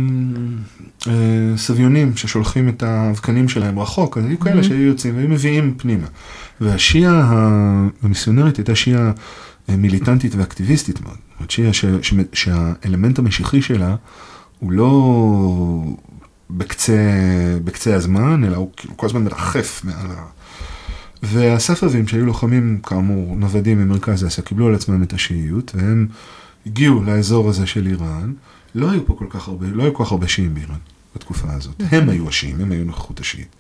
Speaker 1: אה, סביונים ששולחים את האבקנים שלהם רחוק, אז היו כאלה שהיו יוצאים והיו מביאים פנימה. והשיעה המיסיונרית הייתה שיעה מיליטנטית ואקטיביסטית מאוד. זאת אומרת, שיעה ש, ש, שהאלמנט המשיחי שלה הוא לא בקצה, בקצה הזמן, אלא הוא כל הזמן מרחף מעל ה... והספבים שהיו לוחמים, כאמור, נוודים ממרכז אסיה, קיבלו על עצמם את השיעיות, והם הגיעו לאזור הזה של איראן. לא היו פה כל כך הרבה, לא היו כל כך הרבה שיעים באיראן בתקופה הזאת. הם היו השיעים, הם היו נוכחות השיעית.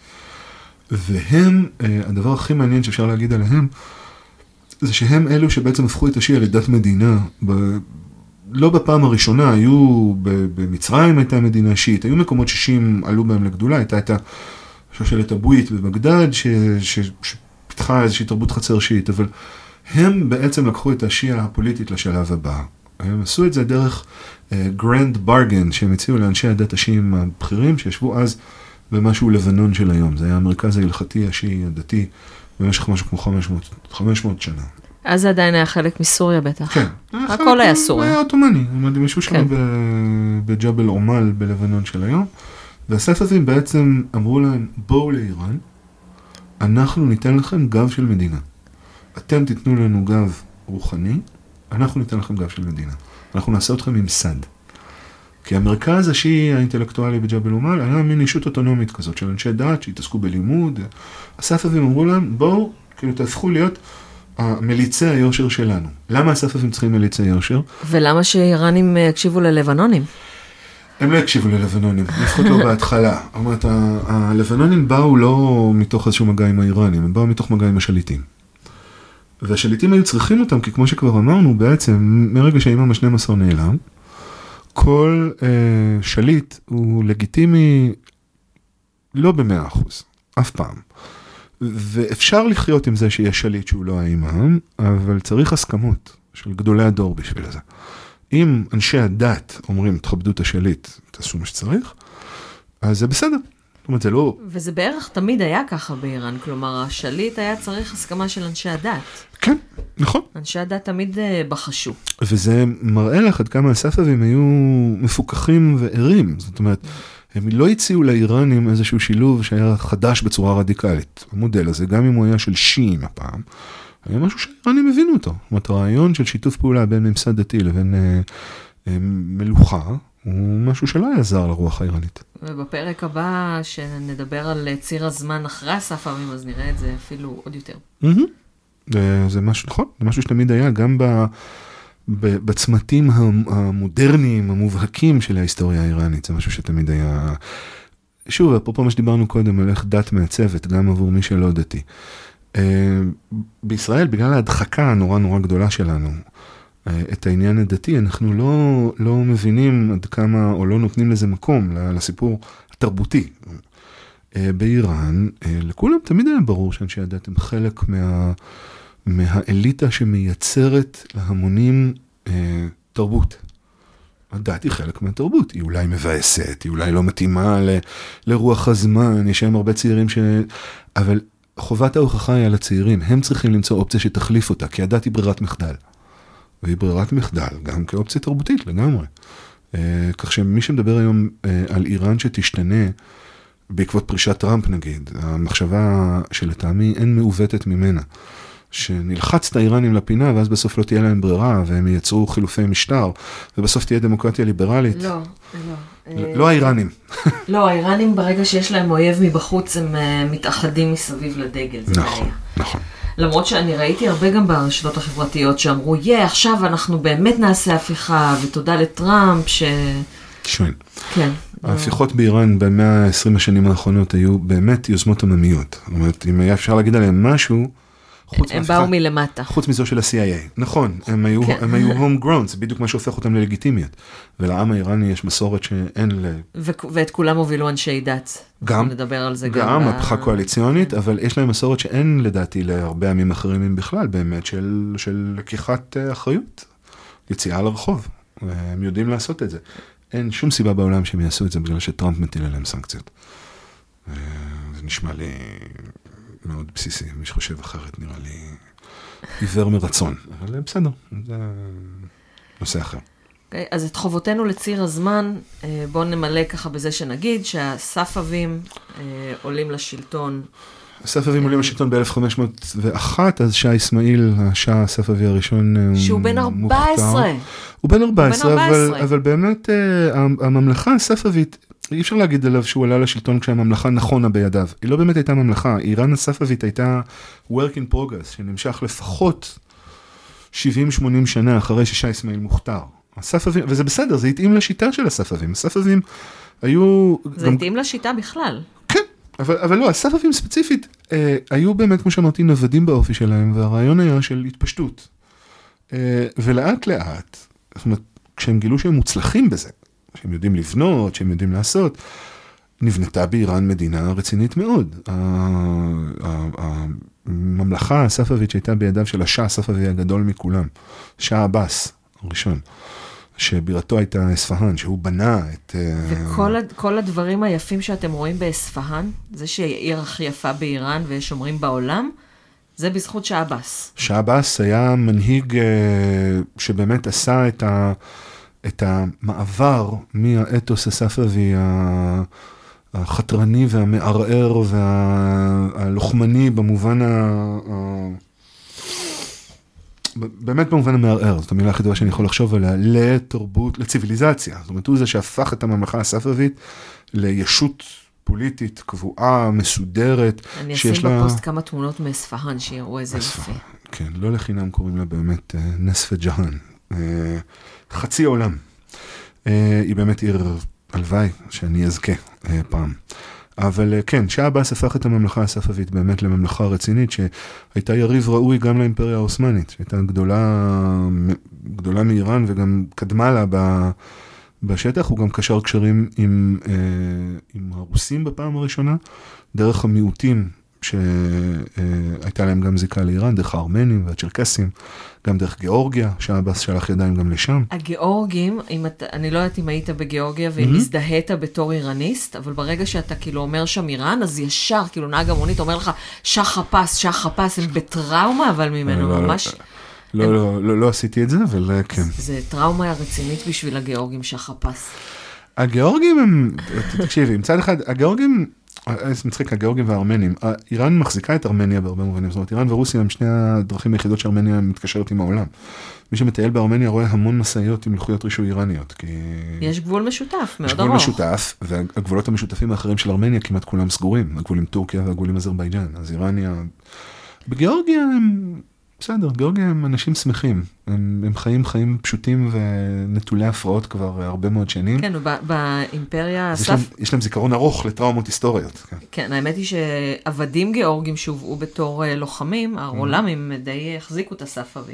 Speaker 1: והם, הדבר הכי מעניין שאפשר להגיד עליהם, זה שהם אלו שבעצם הפכו את השיעה לדת מדינה. ב... לא בפעם הראשונה, היו במצרים הייתה מדינה שיעית, היו מקומות ששיעים עלו בהם לגדולה, הייתה את השושלת הבואית בבגדד, ש... ש... שפיתחה איזושהי תרבות חצר שיעית, אבל הם בעצם לקחו את השיעה הפוליטית לשלב הבא. הם עשו את זה דרך uh, Grand Bargain, שהם הציעו לאנשי הדת השיעים הבכירים, שישבו אז במשהו לבנון של היום. זה היה המרכז ההלכתי השיעי הדתי, במשך משהו כמו חמש מאות שנה.
Speaker 3: אז זה עדיין היה חלק מסוריה בטח.
Speaker 1: כן.
Speaker 3: הכל היה סוריה.
Speaker 1: היה אוטומני. הם ישבו שם בג'בל עומל בלבנון של היום, והספבים בעצם אמרו להם, בואו לאיראן, אנחנו ניתן לכם גב של מדינה. אתם תיתנו לנו גב רוחני, אנחנו ניתן לכם גב של מדינה. אנחנו נעשה אתכם עם סד. כי המרכז השיעי האינטלקטואלי בג'בל עומל היה מין אישות אוטונומית כזאת של אנשי דת שהתעסקו בלימוד. הספבים אמרו להם, בואו, כאילו תהפכו להיות המליצי היושר שלנו. למה הספבים צריכים מליצי יושר?
Speaker 3: ולמה שאיראנים הקשיבו ללבנונים?
Speaker 1: הם לא הקשיבו ללבנונים, לפחות לא בהתחלה. זאת אומרת, הלבנונים באו לא מתוך איזשהו מגע עם האיראנים, הם באו מתוך מגע עם השליטים. והשליטים היו צריכים אותם, כי כמו שכבר אמרנו, בעצם, מרגע שהאימאם ה-שנים עשר נעלם, כל אה, שליט הוא לגיטימי לא במאה אחוז, אף פעם. ואפשר לחיות עם זה שיש שליט שהוא לא האימאם, אבל צריך הסכמות של גדולי הדור בשביל זה. אם אנשי הדת אומרים, תכבדו את השליט, תעשו מה שצריך, אז זה בסדר. זאת אומרת, זה לא...
Speaker 3: וזה בערך תמיד היה ככה באיראן, כלומר, השליט היה צריך הסכמה של אנשי הדת.
Speaker 1: כן, נכון.
Speaker 3: אנשי הדת תמיד uh, בחשו.
Speaker 1: וזה מראה לך עד כמה הספבים היו מפוקחים וערים. זאת אומרת, הם לא הציעו לאיראנים איזשהו שילוב שהיה חדש בצורה רדיקלית. המודל הזה, גם אם הוא היה של שיעים הפעם, היה משהו שהאיראנים הבינו אותו. זאת אומרת, הרעיון של שיתוף פעולה בין ממסד דתי לבין אה, אה, מלוכה, הוא משהו שלא היה זר לרוח האיראנית.
Speaker 3: ובפרק הבא, שנדבר על ציר הזמן אחרי הספבים, אז נראה את זה אפילו עוד יותר.
Speaker 1: זה משהו, נכון, זה משהו שתמיד היה, גם בצמתים המודרניים, המובהקים של ההיסטוריה האיראנית, זה משהו שתמיד היה... שוב, אפרופו מה שדיברנו קודם, על איך דת מעצבת, גם עבור מי שלא דתי. בישראל, בגלל ההדחקה הנורא נורא גדולה שלנו, את העניין הדתי, אנחנו לא, לא מבינים עד כמה, או לא נותנים לזה מקום, לסיפור התרבותי. באיראן, לכולם תמיד היה ברור שאנשי הדת הם חלק מה, מהאליטה שמייצרת להמונים תרבות. הדת היא חלק מהתרבות, היא אולי מבאסת, היא אולי לא מתאימה ל, לרוח הזמן, יש שם הרבה צעירים ש... אבל חובת ההוכחה היא על הצעירים, הם צריכים למצוא אופציה שתחליף אותה, כי הדת היא ברירת מחדל. והיא ברירת מחדל, גם כאופציה תרבותית לגמרי. כך שמי שמדבר היום על איראן שתשתנה, בעקבות פרישת טראמפ נגיד, המחשבה שלטעמי אין מעוותת ממנה, שנלחץ את האיראנים לפינה, ואז בסוף לא תהיה להם ברירה, והם ייצרו חילופי משטר, ובסוף תהיה דמוקרטיה ליברלית.
Speaker 3: לא, לא.
Speaker 1: לא האיראנים.
Speaker 3: לא, האיראנים ברגע שיש להם אויב מבחוץ, הם מתאחדים מסביב לדגל.
Speaker 1: נכון, נכון.
Speaker 3: למרות שאני ראיתי הרבה גם ברשתות החברתיות שאמרו, יא, עכשיו אנחנו באמת נעשה הפיכה, ותודה לטראמפ ש... שואל. כן.
Speaker 1: ההפיכות באיראן במאה ה-עשרים השנים האחרונות היו באמת יוזמות עממיות. זאת אומרת, אם היה אפשר להגיד עליהם משהו,
Speaker 3: הם באו מלמטה.
Speaker 1: חוץ מזו של ה-סי איי איי. נכון, הם היו,
Speaker 3: כן.
Speaker 1: הם היו homegrown, זה בדיוק מה שהופך אותם ללגיטימיות. ולעם האיראני יש מסורת שאין ל...
Speaker 3: ו- ואת כולם הובילו אנשי דת.
Speaker 1: גם,
Speaker 3: נדבר על זה
Speaker 1: גם,
Speaker 3: גם.
Speaker 1: מהפכה
Speaker 3: ב-
Speaker 1: קואליציונית,
Speaker 3: כן.
Speaker 1: אבל יש להם מסורת שאין לדעתי להרבה עמים אחרים אם בכלל, באמת, של, של לקיחת אה, אחריות, יציאה לרחוב. הם יודעים לעשות את זה. אין שום סיבה בעולם שהם יעשו את זה בגלל שטראמפ מטיל עליהם סנקציות. אה, זה נשמע לי מאוד בסיסי, מי שחושב אחרת נראה לי עיוור מרצון, אבל בסדר, זה נושא אחר.
Speaker 3: Okay, אז את חובותינו לציר הזמן, בואו נמלא ככה בזה שנגיד שהספאבים עולים לשלטון.
Speaker 1: הספאבים עולים לשלטון ב-אלף חמש מאות ואחת, אז שאה אסמאעיל, השאה הספאבי הראשון,
Speaker 3: שהוא בן ארבע עשרה.
Speaker 1: הוא בן ארבע עשרה,
Speaker 3: הוא בן ארבע עשרה.
Speaker 1: אבל, אבל באמת הממלכה הספאבית, אי אפשר להגיד עליו שהוא עלה לשלטון כשהממלכה נכונה בידיו. היא לא באמת הייתה ממלכה. איראן הספאבית הייתה work in progress, שנמשך לפחות שבעים שמונים שנה אחרי ששאה אסמאעיל מוכתר. הספאבים, וזה בסדר, זה התאים לשיטה של הספאבים. הספאבים היו...
Speaker 3: זה
Speaker 1: גם...
Speaker 3: התאים לשיטה בכלל.
Speaker 1: כן, אבל, אבל לא, הספאבים ספציפית אה, היו באמת, כמו שאמרתי, נוודים באופי שלהם, והרעיון היה של התפשטות. אה, ולאט לאט, זאת אומרת, כשהם גילו שהם מוצלחים בזה, שהם יודעים לבנות, שהם יודעים לעשות, נבנתה באיראן מדינה רצינית מאוד. הממלכה הספאבית שהייתה בידיו של השאה הספאבי הגדול מכולם, שאה עבאס הראשון, שבירתו הייתה אספהאן, שהוא בנה את...
Speaker 3: וכל כל הדברים היפים שאתם רואים באספהאן, זה שהיא העיר הכי יפה באיראן ויש אומרים בעולם, זה בזכות שאה עבאס.
Speaker 1: שאה עבאס היה מנהיג שבאמת עשה את ה... את המעבר מהאתוס הספאבי החתרני והמערער והלוחמני במובן ה... באמת במובן המערער, זאת המילה הכי טובה שאני יכול לחשוב עליה, לתרבות, לציביליזציה. זאת אומרת, הוא זה שהפך את הממלכה הספאבית לישות פוליטית, קבועה, מסודרת.
Speaker 3: אני אשים בפוסט כמה תמונות מאספהאן, שיראו איזה יפה.
Speaker 1: כן, לא לחינם קוראים לה באמת נספת ג'האן. חצי העולם. היא באמת עיר הלוואי שאני אזכה פעם. אבל כן, שאה עבאס הפך את הממלכה הספאבית באמת לממלכה רצינית, שהייתה יריב ראוי גם לאימפריה האוסמנית, שהייתה גדולה, גדולה מאיראן וגם קדמה לה בשטח, הוא גם קשר קשרים עם, עם הרוסים בפעם הראשונה, דרך המיעוטים שהייתה להם גם זיקה לאיראן, דרך הארמנים והצ'רקסים, גם דרך גיאורגיה, שעבאס שלח ידיים גם לשם.
Speaker 3: הגיאורגים, את, אני לא יודעת אם היית בגיאורגיה ואם mm-hmm. הזדהית בתור איראניסט, אבל ברגע שאתה כאילו אומר שם איראן, אז ישר, כאילו נהג המונית אומר לך, שאה חפש, שאה חפש, הם בטראומה, אבל ממנו
Speaker 1: לא,
Speaker 3: ממש...
Speaker 1: לא, הם... לא, לא, לא עשיתי את זה, אבל כן.
Speaker 3: זה טראומה רצינית בשביל הגיאורגים, שאה חפש.
Speaker 1: הגיאורגים הם, תקשיבי, מצד אחד, הגיאורגים, זה מצחיק, הגיאורגים והארמנים, איראן מחזיקה את ארמניה בהרבה מובנים, זאת אומרת, איראן ורוסיה הם שני הדרכים היחידות שארמניה מתקשרת עם העולם. מי שמטייל בארמניה רואה המון מסעיות עם לוחיות רישוי איראניות, כי...
Speaker 3: יש גבול משותף, מאוד
Speaker 1: יש גבול
Speaker 3: ארוך.
Speaker 1: משותף, והגבולות המשותפים האחרים של ארמניה כמעט כולם סגורים, הגבול עם טורקיה והגבול עם אזרבייג'אן, אז איראניה... בגיאורגיה הם... בסדר, גיאורגיה הם אנשים שמחים, הם, הם חיים חיים פשוטים ונטולי הפרעות כבר הרבה מאוד שנים.
Speaker 3: כן, באימפריה...
Speaker 1: יש, להם, יש להם זיכרון ארוך לטראומות היסטוריות. כן,
Speaker 3: כן, האמת היא שעבדים גיאורגים שהובאו בתור לוחמים, הרולמים די החזיקו את הספאבים.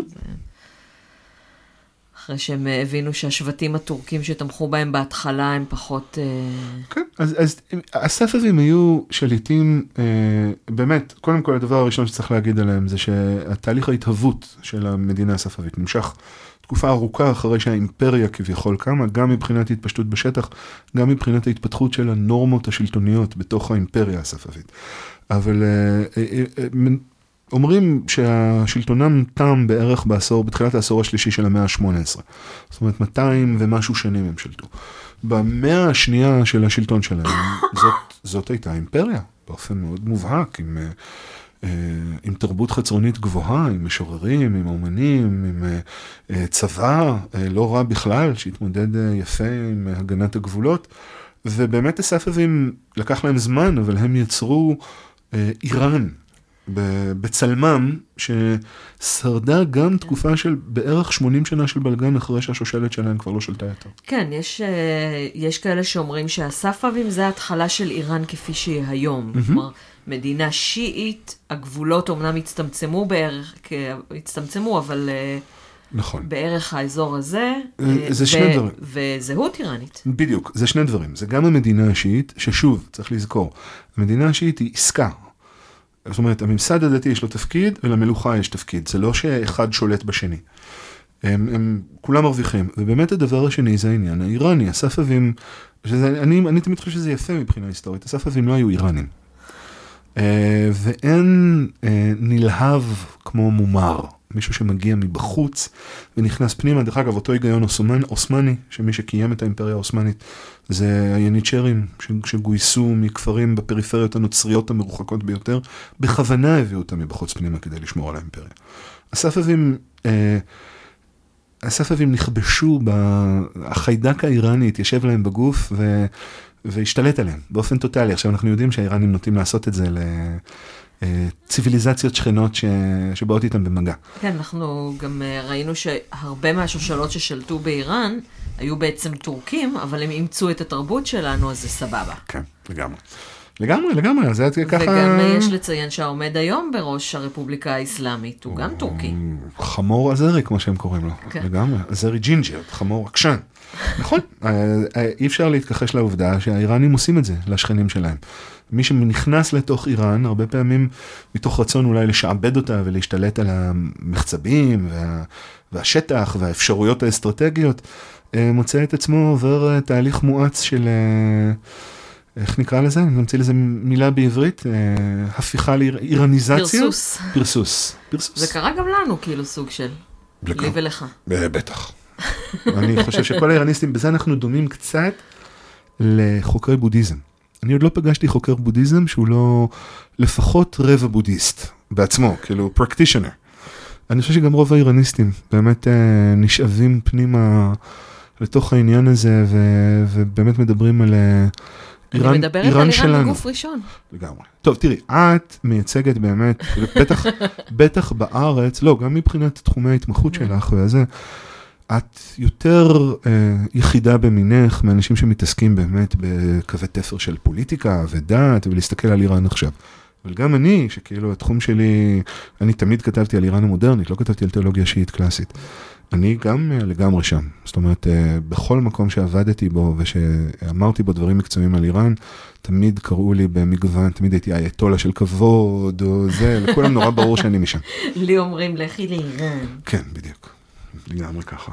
Speaker 3: אחרי שהם הבינו שהשבטים הטורקים שתמכו בהם בהתחלה הם פחות...
Speaker 1: כן, אז, אז הספאבים היו שליטים, באמת, קודם כל הדבר הראשון שצריך להגיד עליהם זה שהתהליך ההתהוות של המדינה הספאבית נמשך תקופה ארוכה אחרי שהאימפריה כביכול קמה, גם מבחינת התפשטות בשטח, גם מבחינת ההתפתחות של הנורמות השלטוניות בתוך האימפריה הספאבית. אבל... אומרים שהשלטונם תם בערך בעשור, בתחילת העשור השלישי של המאה ה-שמונה עשרה. זאת אומרת, מאתיים ומשהו שנים הם שלטו. במאה השנייה של השלטון שלהם, זאת, זאת הייתה אימפריה, באופן מאוד מובהק, עם, עם תרבות חצרונית גבוהה, עם משוררים, עם אומנים, עם צבא, לא רע בכלל, שהתמודד יפה עם הגנת הגבולות, ובאמת הספאבים לקח להם זמן, אבל הם יצרו איראן, בצלמם, ששרדה גם תקופה של בערך שמונים שנה של בלגן, אחרי שהשושלת שלהם כבר לא שלטה יותר.
Speaker 3: כן, יש, יש כאלה שאומרים שהספאבים זה ההתחלה של איראן כפי שהיא היום. כלומר, מדינה שיעית, הגבולות אומנם הצטמצמו בערך, הצטמצמו, אבל
Speaker 1: נכון.
Speaker 3: בערך האזור הזה,
Speaker 1: זה שני דברים.
Speaker 3: וזהות איראנית.
Speaker 1: בדיוק, זה שני דברים. זה גם המדינה השיעית, ששוב, צריך לזכור, המדינה השיעית היא עסקה. זאת אומרת, הממסד הדתי יש לו תפקיד, ולמלוכה יש תפקיד. זה לא שאחד שולט בשני. הם, הם כולם מרוויחים. ובאמת הדבר השני זה העניין האיראני. הספבים, שזה, אני, אני תמיד חושב שזה יפה מבחינה היסטורית. הספבים לא היו איראנים. ואין נלהב כמו מומר. מישהו שמגיע מבחוץ ונכנס פנימה. דרך אגב, אותו היגיון אוסמן, אוסמני, שמי שקיים את האימפריה האוסמנית, זה היניצ'רים שגויסו מכפרים בפריפריות הנוצריות המרוחקות ביותר, בכוונה הביאו אותם מבחוץ פנימה כדי לשמור על האימפריה. הספבים, אה, הספבים נכבשו, החיידק האיראני התיישב להם בגוף ו, והשתלט עליהם באופן טוטלי. עכשיו אנחנו יודעים שהאיראנים נוטים לעשות את זה ל... ציוויליזציות שכנות ש... שבאות איתן במגע.
Speaker 3: כן, אנחנו גם ראינו שהרבה מהשושלות ששלטו באיראן היו בעצם טורקים, אבל הם אימצו את התרבות שלנו, אז זה סבבה.
Speaker 1: כן, לגמרי. לגמרי, לגמרי, זה ככה...
Speaker 3: וגם יש לציין שהעומד היום בראש הרפובליקה האסלאמית, הוא גם טורקי.
Speaker 1: חמור עזרי, כמו שהם קוראים לו. כן. לגמרי, עזרי ג'ינג'ר, חמור עקשן. נכון, אי אפשר להתכחש לעובדה שהאיראנים עושים את זה לשכנים שלהם. מי שנכנס לתוך איראן, הרבה פעמים מתוך רצון אולי לשעבד אותה ולהשתלט על המחצבים וה, והשטח והאפשרויות האסטרטגיות, מוצא את עצמו עובר תהליך מואץ של, איך נקרא לזה? נמציא לזה מילה בעברית, הפיכה לאיראניזציה.
Speaker 3: פרסוס.
Speaker 1: פרסוס. פרסוס.
Speaker 3: זה קרה גם לנו כאילו סוג של, לי ולך.
Speaker 1: בטח. אני חושב שכל האיראניסטים, בזה אנחנו דומים קצת לחוקרי בודהיזם. אני עוד לא פגשתי חוקר בודהיזם שהוא לא לפחות רבע בודהיסט בעצמו, כאילו practitioner. אני חושב שגם רוב האיראניסטים באמת אה, נשאבים פנימה לתוך העניין הזה, ו- ובאמת מדברים על אה, איראן,
Speaker 3: אני מדברת
Speaker 1: איראן
Speaker 3: על
Speaker 1: שלנו.
Speaker 3: איראן בגוף ראשון.
Speaker 1: לגמרי. טוב, תראי, את מייצגת באמת, בטח, בטח בארץ, לא, גם מבחינת תחומי ההתמחות שלך וזה, את יותר אה, יחידה במינך מאנשים שמתעסקים באמת בקווי תפר של פוליטיקה ודת ולהסתכל על איראן עכשיו. אבל גם אני, שכאילו התחום שלי, אני תמיד כתבתי על איראן המודרנית, לא כתבתי על תיאולוגיה שיעית קלאסית. אני גם אה, לגמרי שם. זאת אומרת, אה, בכל מקום שעבדתי בו ושאמרתי בו דברים מקצועיים על איראן, תמיד קראו לי במגוון, תמיד הייתי אייתולה של כבוד או זה, לכולם נורא ברור שאני משם.
Speaker 3: לי אומרים, לכי לאיראן.
Speaker 1: כן, בדיוק. לגמרי ככה.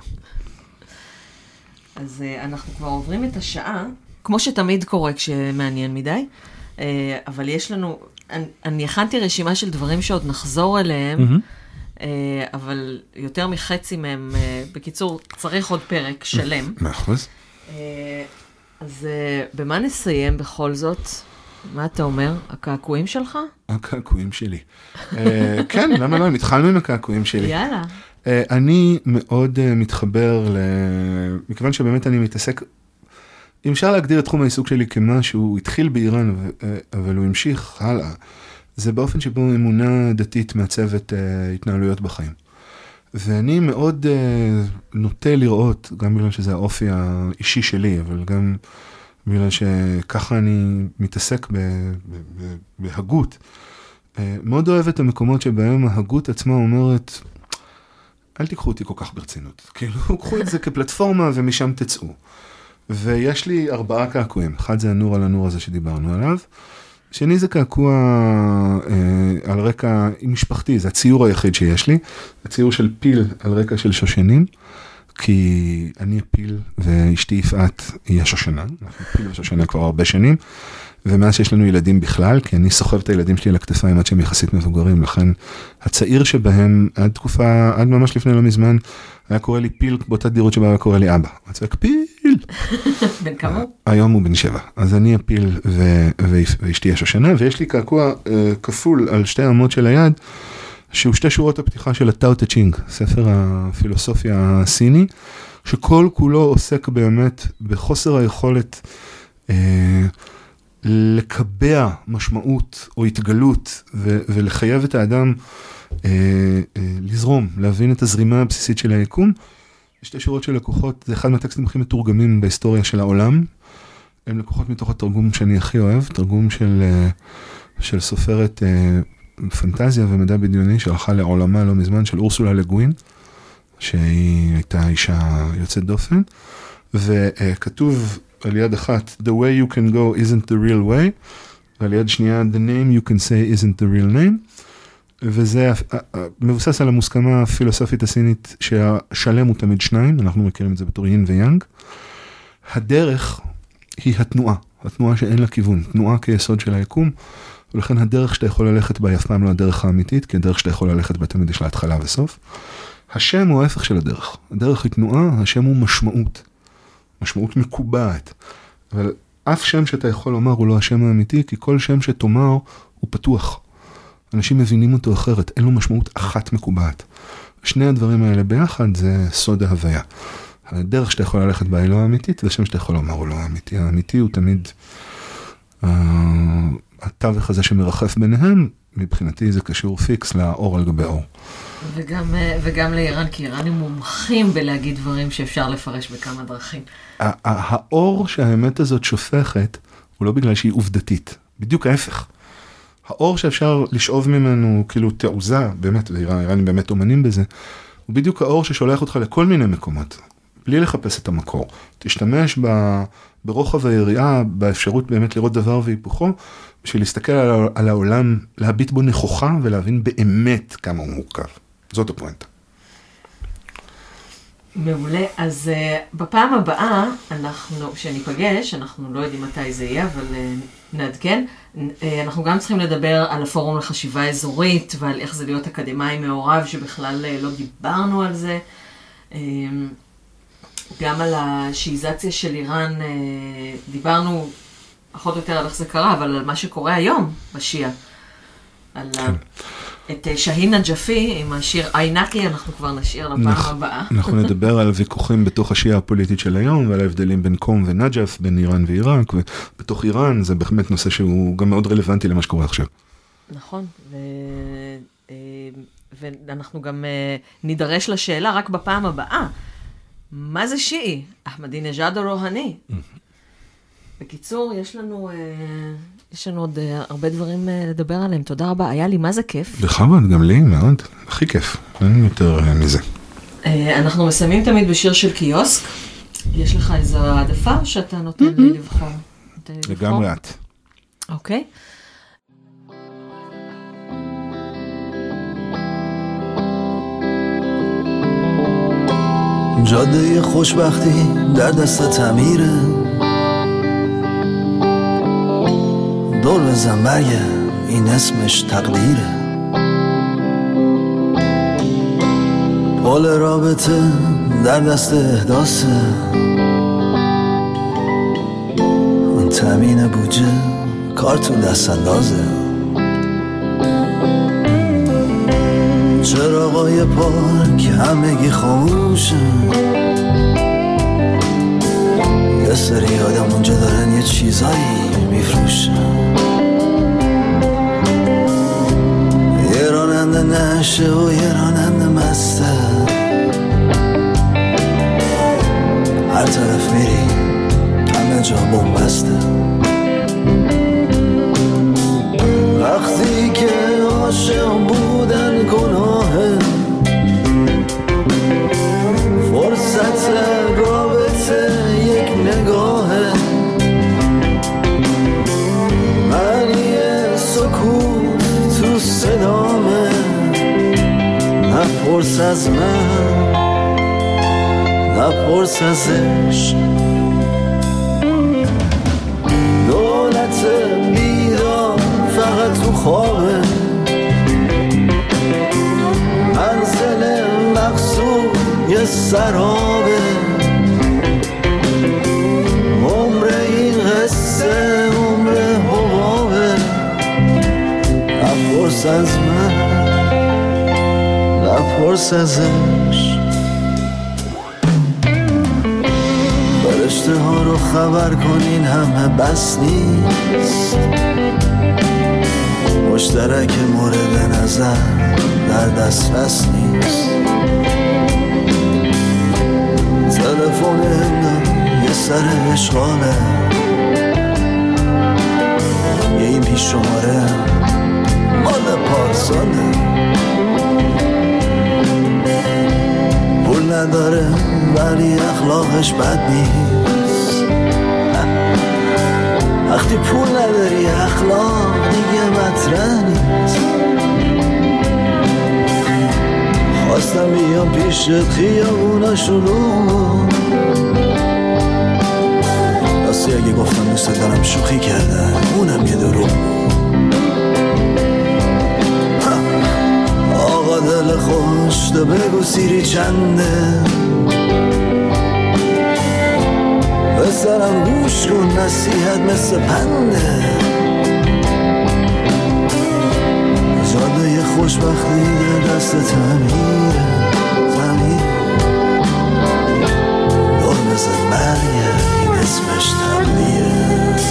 Speaker 3: אז uh, אנחנו כבר עוברים את השעה, כמו שתמיד קורה כשמעניין מדי, uh, אבל יש לנו, אני, אני הכנתי רשימה של דברים שעוד נחזור אליהם, mm-hmm. uh, אבל יותר מחצי מהם, uh, בקיצור, צריך עוד פרק שלם.
Speaker 1: מאחוז.
Speaker 3: Uh, אז uh, במה נסיים בכל זאת? מה אתה אומר? הקעקועים שלך?
Speaker 1: הקעקועים שלי. uh, כן, למה לא? התחלנו עם הקעקועים שלי.
Speaker 3: יאללה.
Speaker 1: אני מאוד מתחבר, מכיוון שבאמת אני מתעסק, אם אפשר להגדיר את תחום העיסוק שלי כמשהו, הוא התחיל באיראן, אבל הוא המשיך הלאה, זה באופן שבו אמונה דתית מעצבת התנהלויות בחיים. ואני מאוד נוטה לראות, גם בגלל שזה האופי האישי שלי, אבל גם בגלל שככה אני מתעסק בהגות, מאוד אוהב את המקומות שבהם ההגות עצמה אומרת, אל תיקחו אותי כל כך ברצינות. כאילו, קחו את זה כפלטפורמה ומשם תצאו. ויש לי ארבעה קעקועים. אחד זה הנור על הנור הזה שדיברנו עליו. שני זה קעקוע אה, על רקע משפחתי, זה הציור היחיד שיש לי. הציור של פיל על רקע של שושנים. כי אני הפיל ואשתי יפעת היא השושנה. אנחנו פיל ושושנה כבר הרבה שנים. ומאז שיש לנו ילדים בכלל, כי אני סוחב את הילדים שלי לכתפיים עד שהם יחסית מבוגרים, לכן הצעיר שבהם, עד תקופה, עד ממש לפני לא מזמן, היה קורא לי פיל באותה דירות שבה היה קורא לי אבא. הוא צועק פיל.
Speaker 3: בן כמה הוא?
Speaker 1: היום הוא בן שבע. אז אני הפיל ואשתי השושנה, ויש לי קעקוע כפול על שתי עמות של היד, שהוא שתי שורות הפתיחה של הטאו טה צ'ינג, ספר הפילוסופיה הסיני, שכל כולו עוסק באמת בחוסר היכולת לקבע משמעות או התגלות ו- ולחייב את האדם אה, אה, לזרום, להבין את הזרימה הבסיסית של היקום. שתי שורות של לקוחות, זה אחד מהטקסטים הכי מתורגמים בהיסטוריה של העולם. הם לקוחות מתוך התרגום שאני הכי אוהב, תרגום של אה, של סופרת אה, פנטזיה ומדע בדיוני שהלכה לעולמה לא מזמן, של אורסולה לגווין, שהיא הייתה אישה יוצאת דופן, וכתוב על יד אחת, the way you can go isn't the real way, ועל יד שנייה, the name you can say isn't the real name, וזה מבוסס על המוסכמה הפילוסופית הסינית שהשלם הוא תמיד שניים, אנחנו מכירים את זה בתור יין ויאנג. הדרך היא התנועה, התנועה שאין לה כיוון, תנועה כיסוד של היקום, ולכן הדרך שאתה יכול ללכת בה היא אף פעם לא הדרך האמיתית, כי הדרך שאתה יכול ללכת בה תמיד יש לה התחלה וסוף. השם הוא ההפך של הדרך, הדרך היא תנועה, השם הוא משמעות, משמעות מקובעת, אבל אף שם שאתה יכול לומר הוא לא השם האמיתי, כי כל שם שתאמר הוא פתוח. אנשים מבינים אותו אחרת, אין לו משמעות אחת מקובעת. שני הדברים האלה ביחד זה סוד ההוויה. הדרך שאתה יכול ללכת בה היא לא האמיתית, והשם שאתה יכול לומר הוא לא האמיתי. האמיתי הוא תמיד uh, התווך הזה שמרחף ביניהם, מבחינתי זה קשור פיקס לאור על גבי אור.
Speaker 3: וגם, וגם לאיראן, כי איראנים מומחים בלהגיד דברים שאפשר לפרש בכמה דרכים.
Speaker 1: האור שהאמת הזאת שופכת, הוא לא בגלל שהיא עובדתית, בדיוק ההפך. האור שאפשר לשאוב ממנו, כאילו תעוזה, באמת, האיראנים באמת אומנים בזה, הוא בדיוק האור ששולח אותך לכל מיני מקומות, בלי לחפש את המקור. תשתמש ב, ברוחב היריעה, באפשרות באמת לראות דבר והיפוכו, בשביל להסתכל על, על העולם, להביט בו נכוחה, ולהבין באמת כמה הוא מורכב. זאת הפואנטה.
Speaker 3: מעולה. אז uh, בפעם הבאה, אנחנו, כשניפגש, אנחנו לא יודעים מתי זה יהיה, אבל uh, נעדכן, uh, אנחנו גם צריכים לדבר על הפורום לחשיבה אזורית, ועל איך זה להיות אקדמאי מעורב, שבכלל uh, לא דיברנו על זה. Uh, גם על השיעיזציה של איראן, uh, דיברנו פחות או יותר על איך זה קרה, אבל על מה שקורה היום בשיעה. על כן. את שהין נג'פי עם השיר איינקי, אנחנו כבר נשאיר לפעם נכ... הבאה.
Speaker 1: אנחנו נדבר על ויכוחים בתוך השיעה הפוליטית של היום, ועל ההבדלים בין קום ונג'ף, בין איראן ועיראק, ובתוך איראן זה באמת נושא שהוא גם מאוד רלוונטי למה שקורה עכשיו.
Speaker 3: נכון, ו... ואנחנו גם נידרש לשאלה רק בפעם הבאה, מה זה שיעי? אחמדינג'אד או רוהני? בקיצור, יש לנו... יש לנו עוד הרבה דברים לדבר עליהם. תודה רבה. היה לי מה זה כיף.
Speaker 1: בכבוד, גם לי מאוד. הכי כיף. אין יותר מזה.
Speaker 3: אנחנו מסיימים תמיד בשיר של קיוסק. יש לך איזו העדפה שאתה נותן לי לבחור?
Speaker 1: לגמרי את.
Speaker 3: אוקיי.
Speaker 5: جاده خوشبختی در دست تعمیره دور بزن برگه این اسمش تقدیره پال رابطه در دست احداثه اون تامین بودجه کار تو دست اندازه چراغای پارک همگی خاموشه یه سری آدم اونجا دارن یه چیزایی میفروشن یه راننده نشه و یه راننده مسته هر طرف میری همه جا بومبسته وقتی که عاشق بودن گناهه فرصت رابطه یک نگاهه معنی سکوت تو صدامه نپرس از من نپرس از عشق دولت بیدار فقط تو خوابه منزل مقصود یه سرابه عمر این قصه عمر حبابه نپرس از من نپرس از عشق فرشته ها رو خبر کنین همه بس نیست مشترک مورد نظر در دسترس نیست تلفن هندم یه سر اشغاله این پیش شماره مال پارساله، پول نداره ولی اخلاقش بد نیست. وقتی پول نداری اخلاق دیگه مطرح نیست. خواستم بیام پیشت خیابونا شلوغ، راستی اگه گفتم دوست دارم شوخی کردم اونم یه دروغ. آقا دل خوش تو بگو سیری چنده، بسرم گوش کن نصیحت مثل پنده. جاده خوشبختی در دست تمیره زمین، دور بزن برگرد این اسمش تبلیه.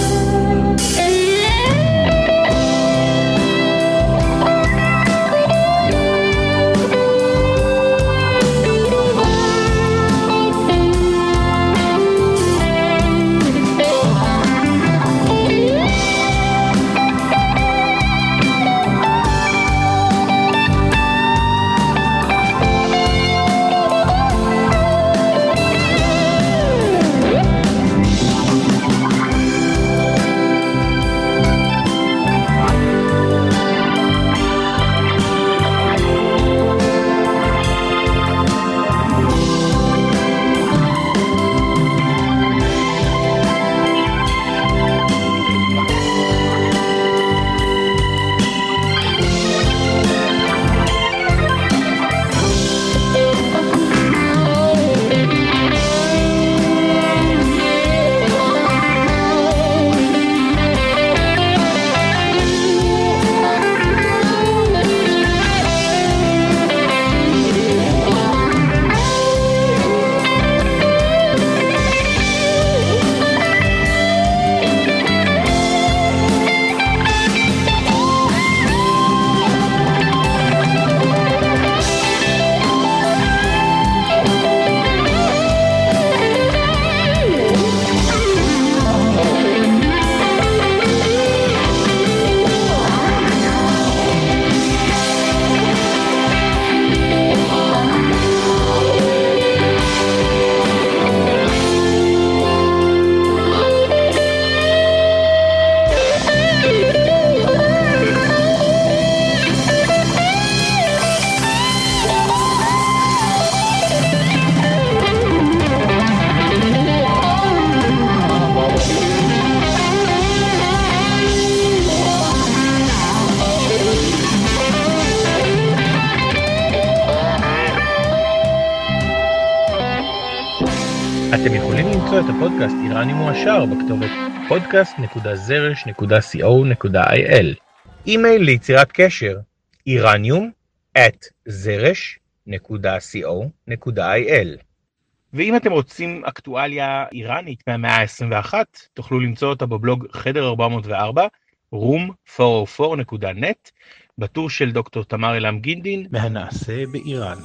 Speaker 6: אתם יכולים למצוא את הפודקאסט איראני מועשר בכתובת פודקאסט נקודה זרש נקודה סי או נקודה איי אל. אימייל ליצירת קשר איראניום at זרש נקודה סי או נקודה איי אל. ואם אתם רוצים אקטואליה איראנית מהמאה ה-עשרים ואחת, תוכלו למצוא אותה בבלוג חדר ארבע מאות וארבע, רום ארבע מאות וארבע נקודה נט, בטור של דוקטור תמר אילם גינדין, מהנעשה באיראן.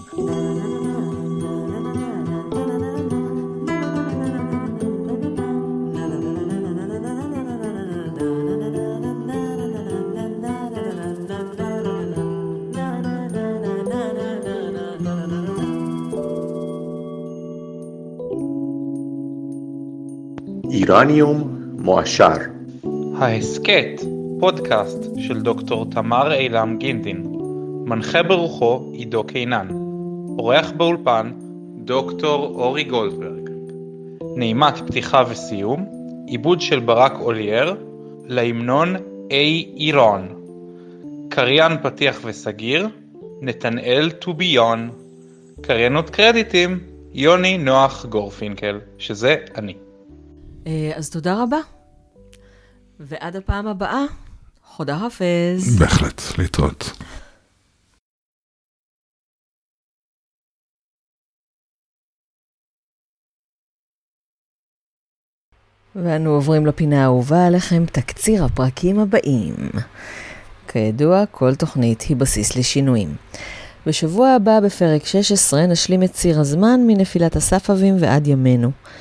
Speaker 2: איראניום מועשר.
Speaker 7: ההסקט, פודקאסט של דוקטור תמר אילם גינדין, מנחה ברוחו עידו קינן, עורך באולפן דוקטור אורי גולדברג. נעימת פתיחה וסיום, עיבוד של ברק אולייר, להמנון איי איראן. קריין פתיח וסגיר, נתנאל טוביון. קריינות קרדיטים, יוני נוח גורפינקל, שזה אני.
Speaker 3: אז תודה רבה. ועד הפעם הבאה, חודה חפז.
Speaker 1: בהחלט, להתראות.
Speaker 3: ואנו עוברים לפינה האהובה עליכם, תקציר הפרקים הבאים. כידוע, כל תוכנית היא בסיס לשינויים. בשבוע הבא בפרק שש עשרה נשלים את ציר הזמן מנפילת הספבים ועד ימינו.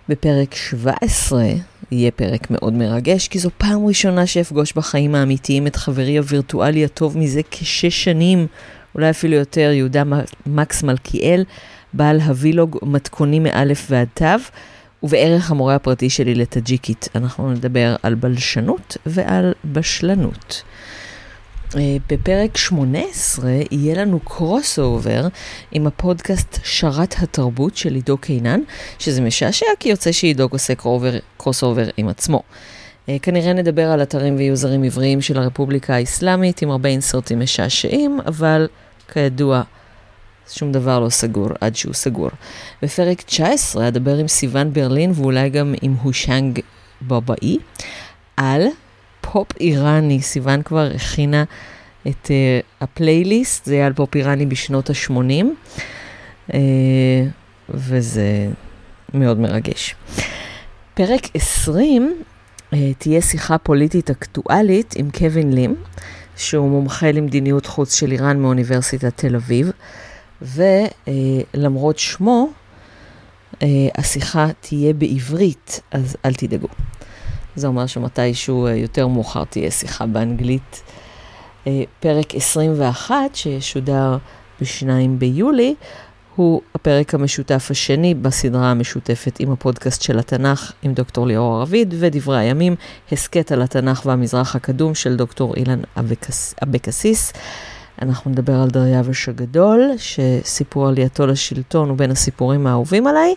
Speaker 3: בפרק שבע עשרה יהיה פרק מאוד מרגש, כי זו פעם ראשונה שאפגוש בחיים האמיתיים את חברי הווירטואלי הטוב מזה כשש שנים, אולי אפילו יותר, יהודה מקס מלכיאל, בעל הווילוג מתכוני מאלף ועד תו, ובערך המורה הפרטי שלי לטאג'יקית. אנחנו נדבר על בלשנות ועל בשלנות. בפרק שמונה עשרה יהיה לנו קרוס אובר עם הפודקאסט שרת התרבות של עידו קינן, שזה משעשע כי יוצא שעידו עושה קרוס אובר עם עצמו. כנראה נדבר על אתרים ויוזרים עבריים של הרפובליקה האסלאמית עם הרבה אינסרטים משעשעים, אבל כידוע שום דבר לא סגור עד שהוא סגור. בפרק תשע עשרה אדבר עם סיוון ברלין ואולי גם עם הושנג בבאי על פופ איראני. סיוון כבר הכינה את uh, הפלייליסט, זה היה על פופ איראני בשנות ה-שמונים, uh, וזה מאוד מרגש. פרק עשרים uh, תהיה שיחה פוליטית אקטואלית עם קווין לים, שהוא מומחה למדיניות חוץ של איראן מאוניברסיטת תל אביב, ולמרות uh, שמו, uh, השיחה תהיה בעברית, אז אל תדאגו. זה אומר שמתישהו יותר מאוחר תהיה שיחה באנגלית. פרק עשרים ואחת, שישודר בשניים ביולי, הוא הפרק המשותף השני בסדרה המשותפת עם הפודקאסט של התנ"ך עם דוקטור ליאור רביד, ודברי הימים, הסקט על התנ"ך והמזרח הקדום של דוקטור אילן אבקסיס. אנחנו נדבר על דריווש הגדול, שסיפור עלייתו לשלטון הוא בין הסיפורים האהובים עליי.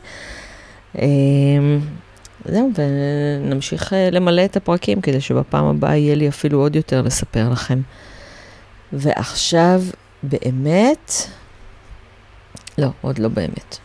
Speaker 3: זהו, ונמשיך למלא את הפרקים כדי שבפעם הבאה יהיה לי אפילו עוד יותר לספר לכם. ועכשיו באמת, לא, עוד לא באמת.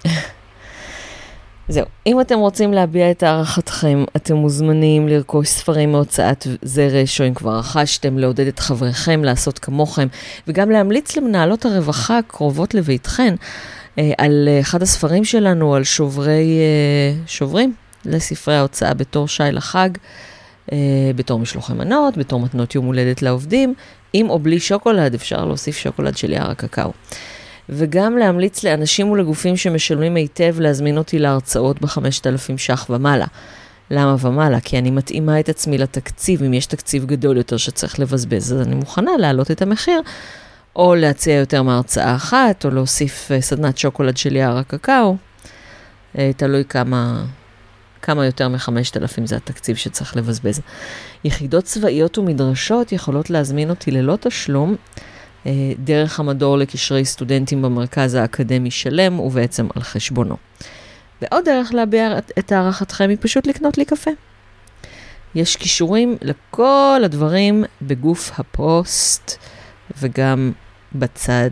Speaker 3: זהו, אם אתם רוצים להביע את הערכתכם, אתם מוזמנים לרכוש ספרים מהוצאת זרש, או אם כבר רכשתם, לעודד את חבריכם לעשות כמוכם, וגם להמליץ למנהלות הרווחה הקרובות לביתכן, על אחד הספרים שלנו, על שוברי, שוברים. לספרי ההוצאה בתור שי לחג, אה, בתור משלוחי מנות, בתור מתנות יום הולדת לעובדים, עם או בלי שוקולד, אפשר להוסיף שוקולד של יער הקקאו. וגם להמליץ לאנשים ולגופים שמשלמים היטב להזמין אותי להרצאות ב-חמשת אלפים שח ומעלה. למה ומעלה? כי אני מתאימה את עצמי לתקציב, אם יש תקציב גדול יותר שצריך לבזבז, אז אני מוכנה להעלות את המחיר, או להציע יותר מהרצאה אחת, או להוסיף סדנת שוקולד של יער הקקאו. אה, תלוי כמה... כמה יותר מ-חמשת אלפים זה התקציב שצריך לבזבז. יחידות צבאיות ומדרשות יכולות להזמין אותי ללא תשלום, דרך המדור לקשרי סטודנטים במרכז האקדמי שלם, ובעצם על חשבונו. ועוד דרך להביע את הערכתכם היא פשוט לקנות לי קפה. יש קישורים לכל הדברים בגוף הפוסט, וגם בצד,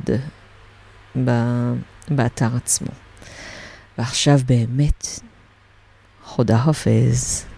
Speaker 3: באתר עצמו. ועכשיו באמת, חודה חפז.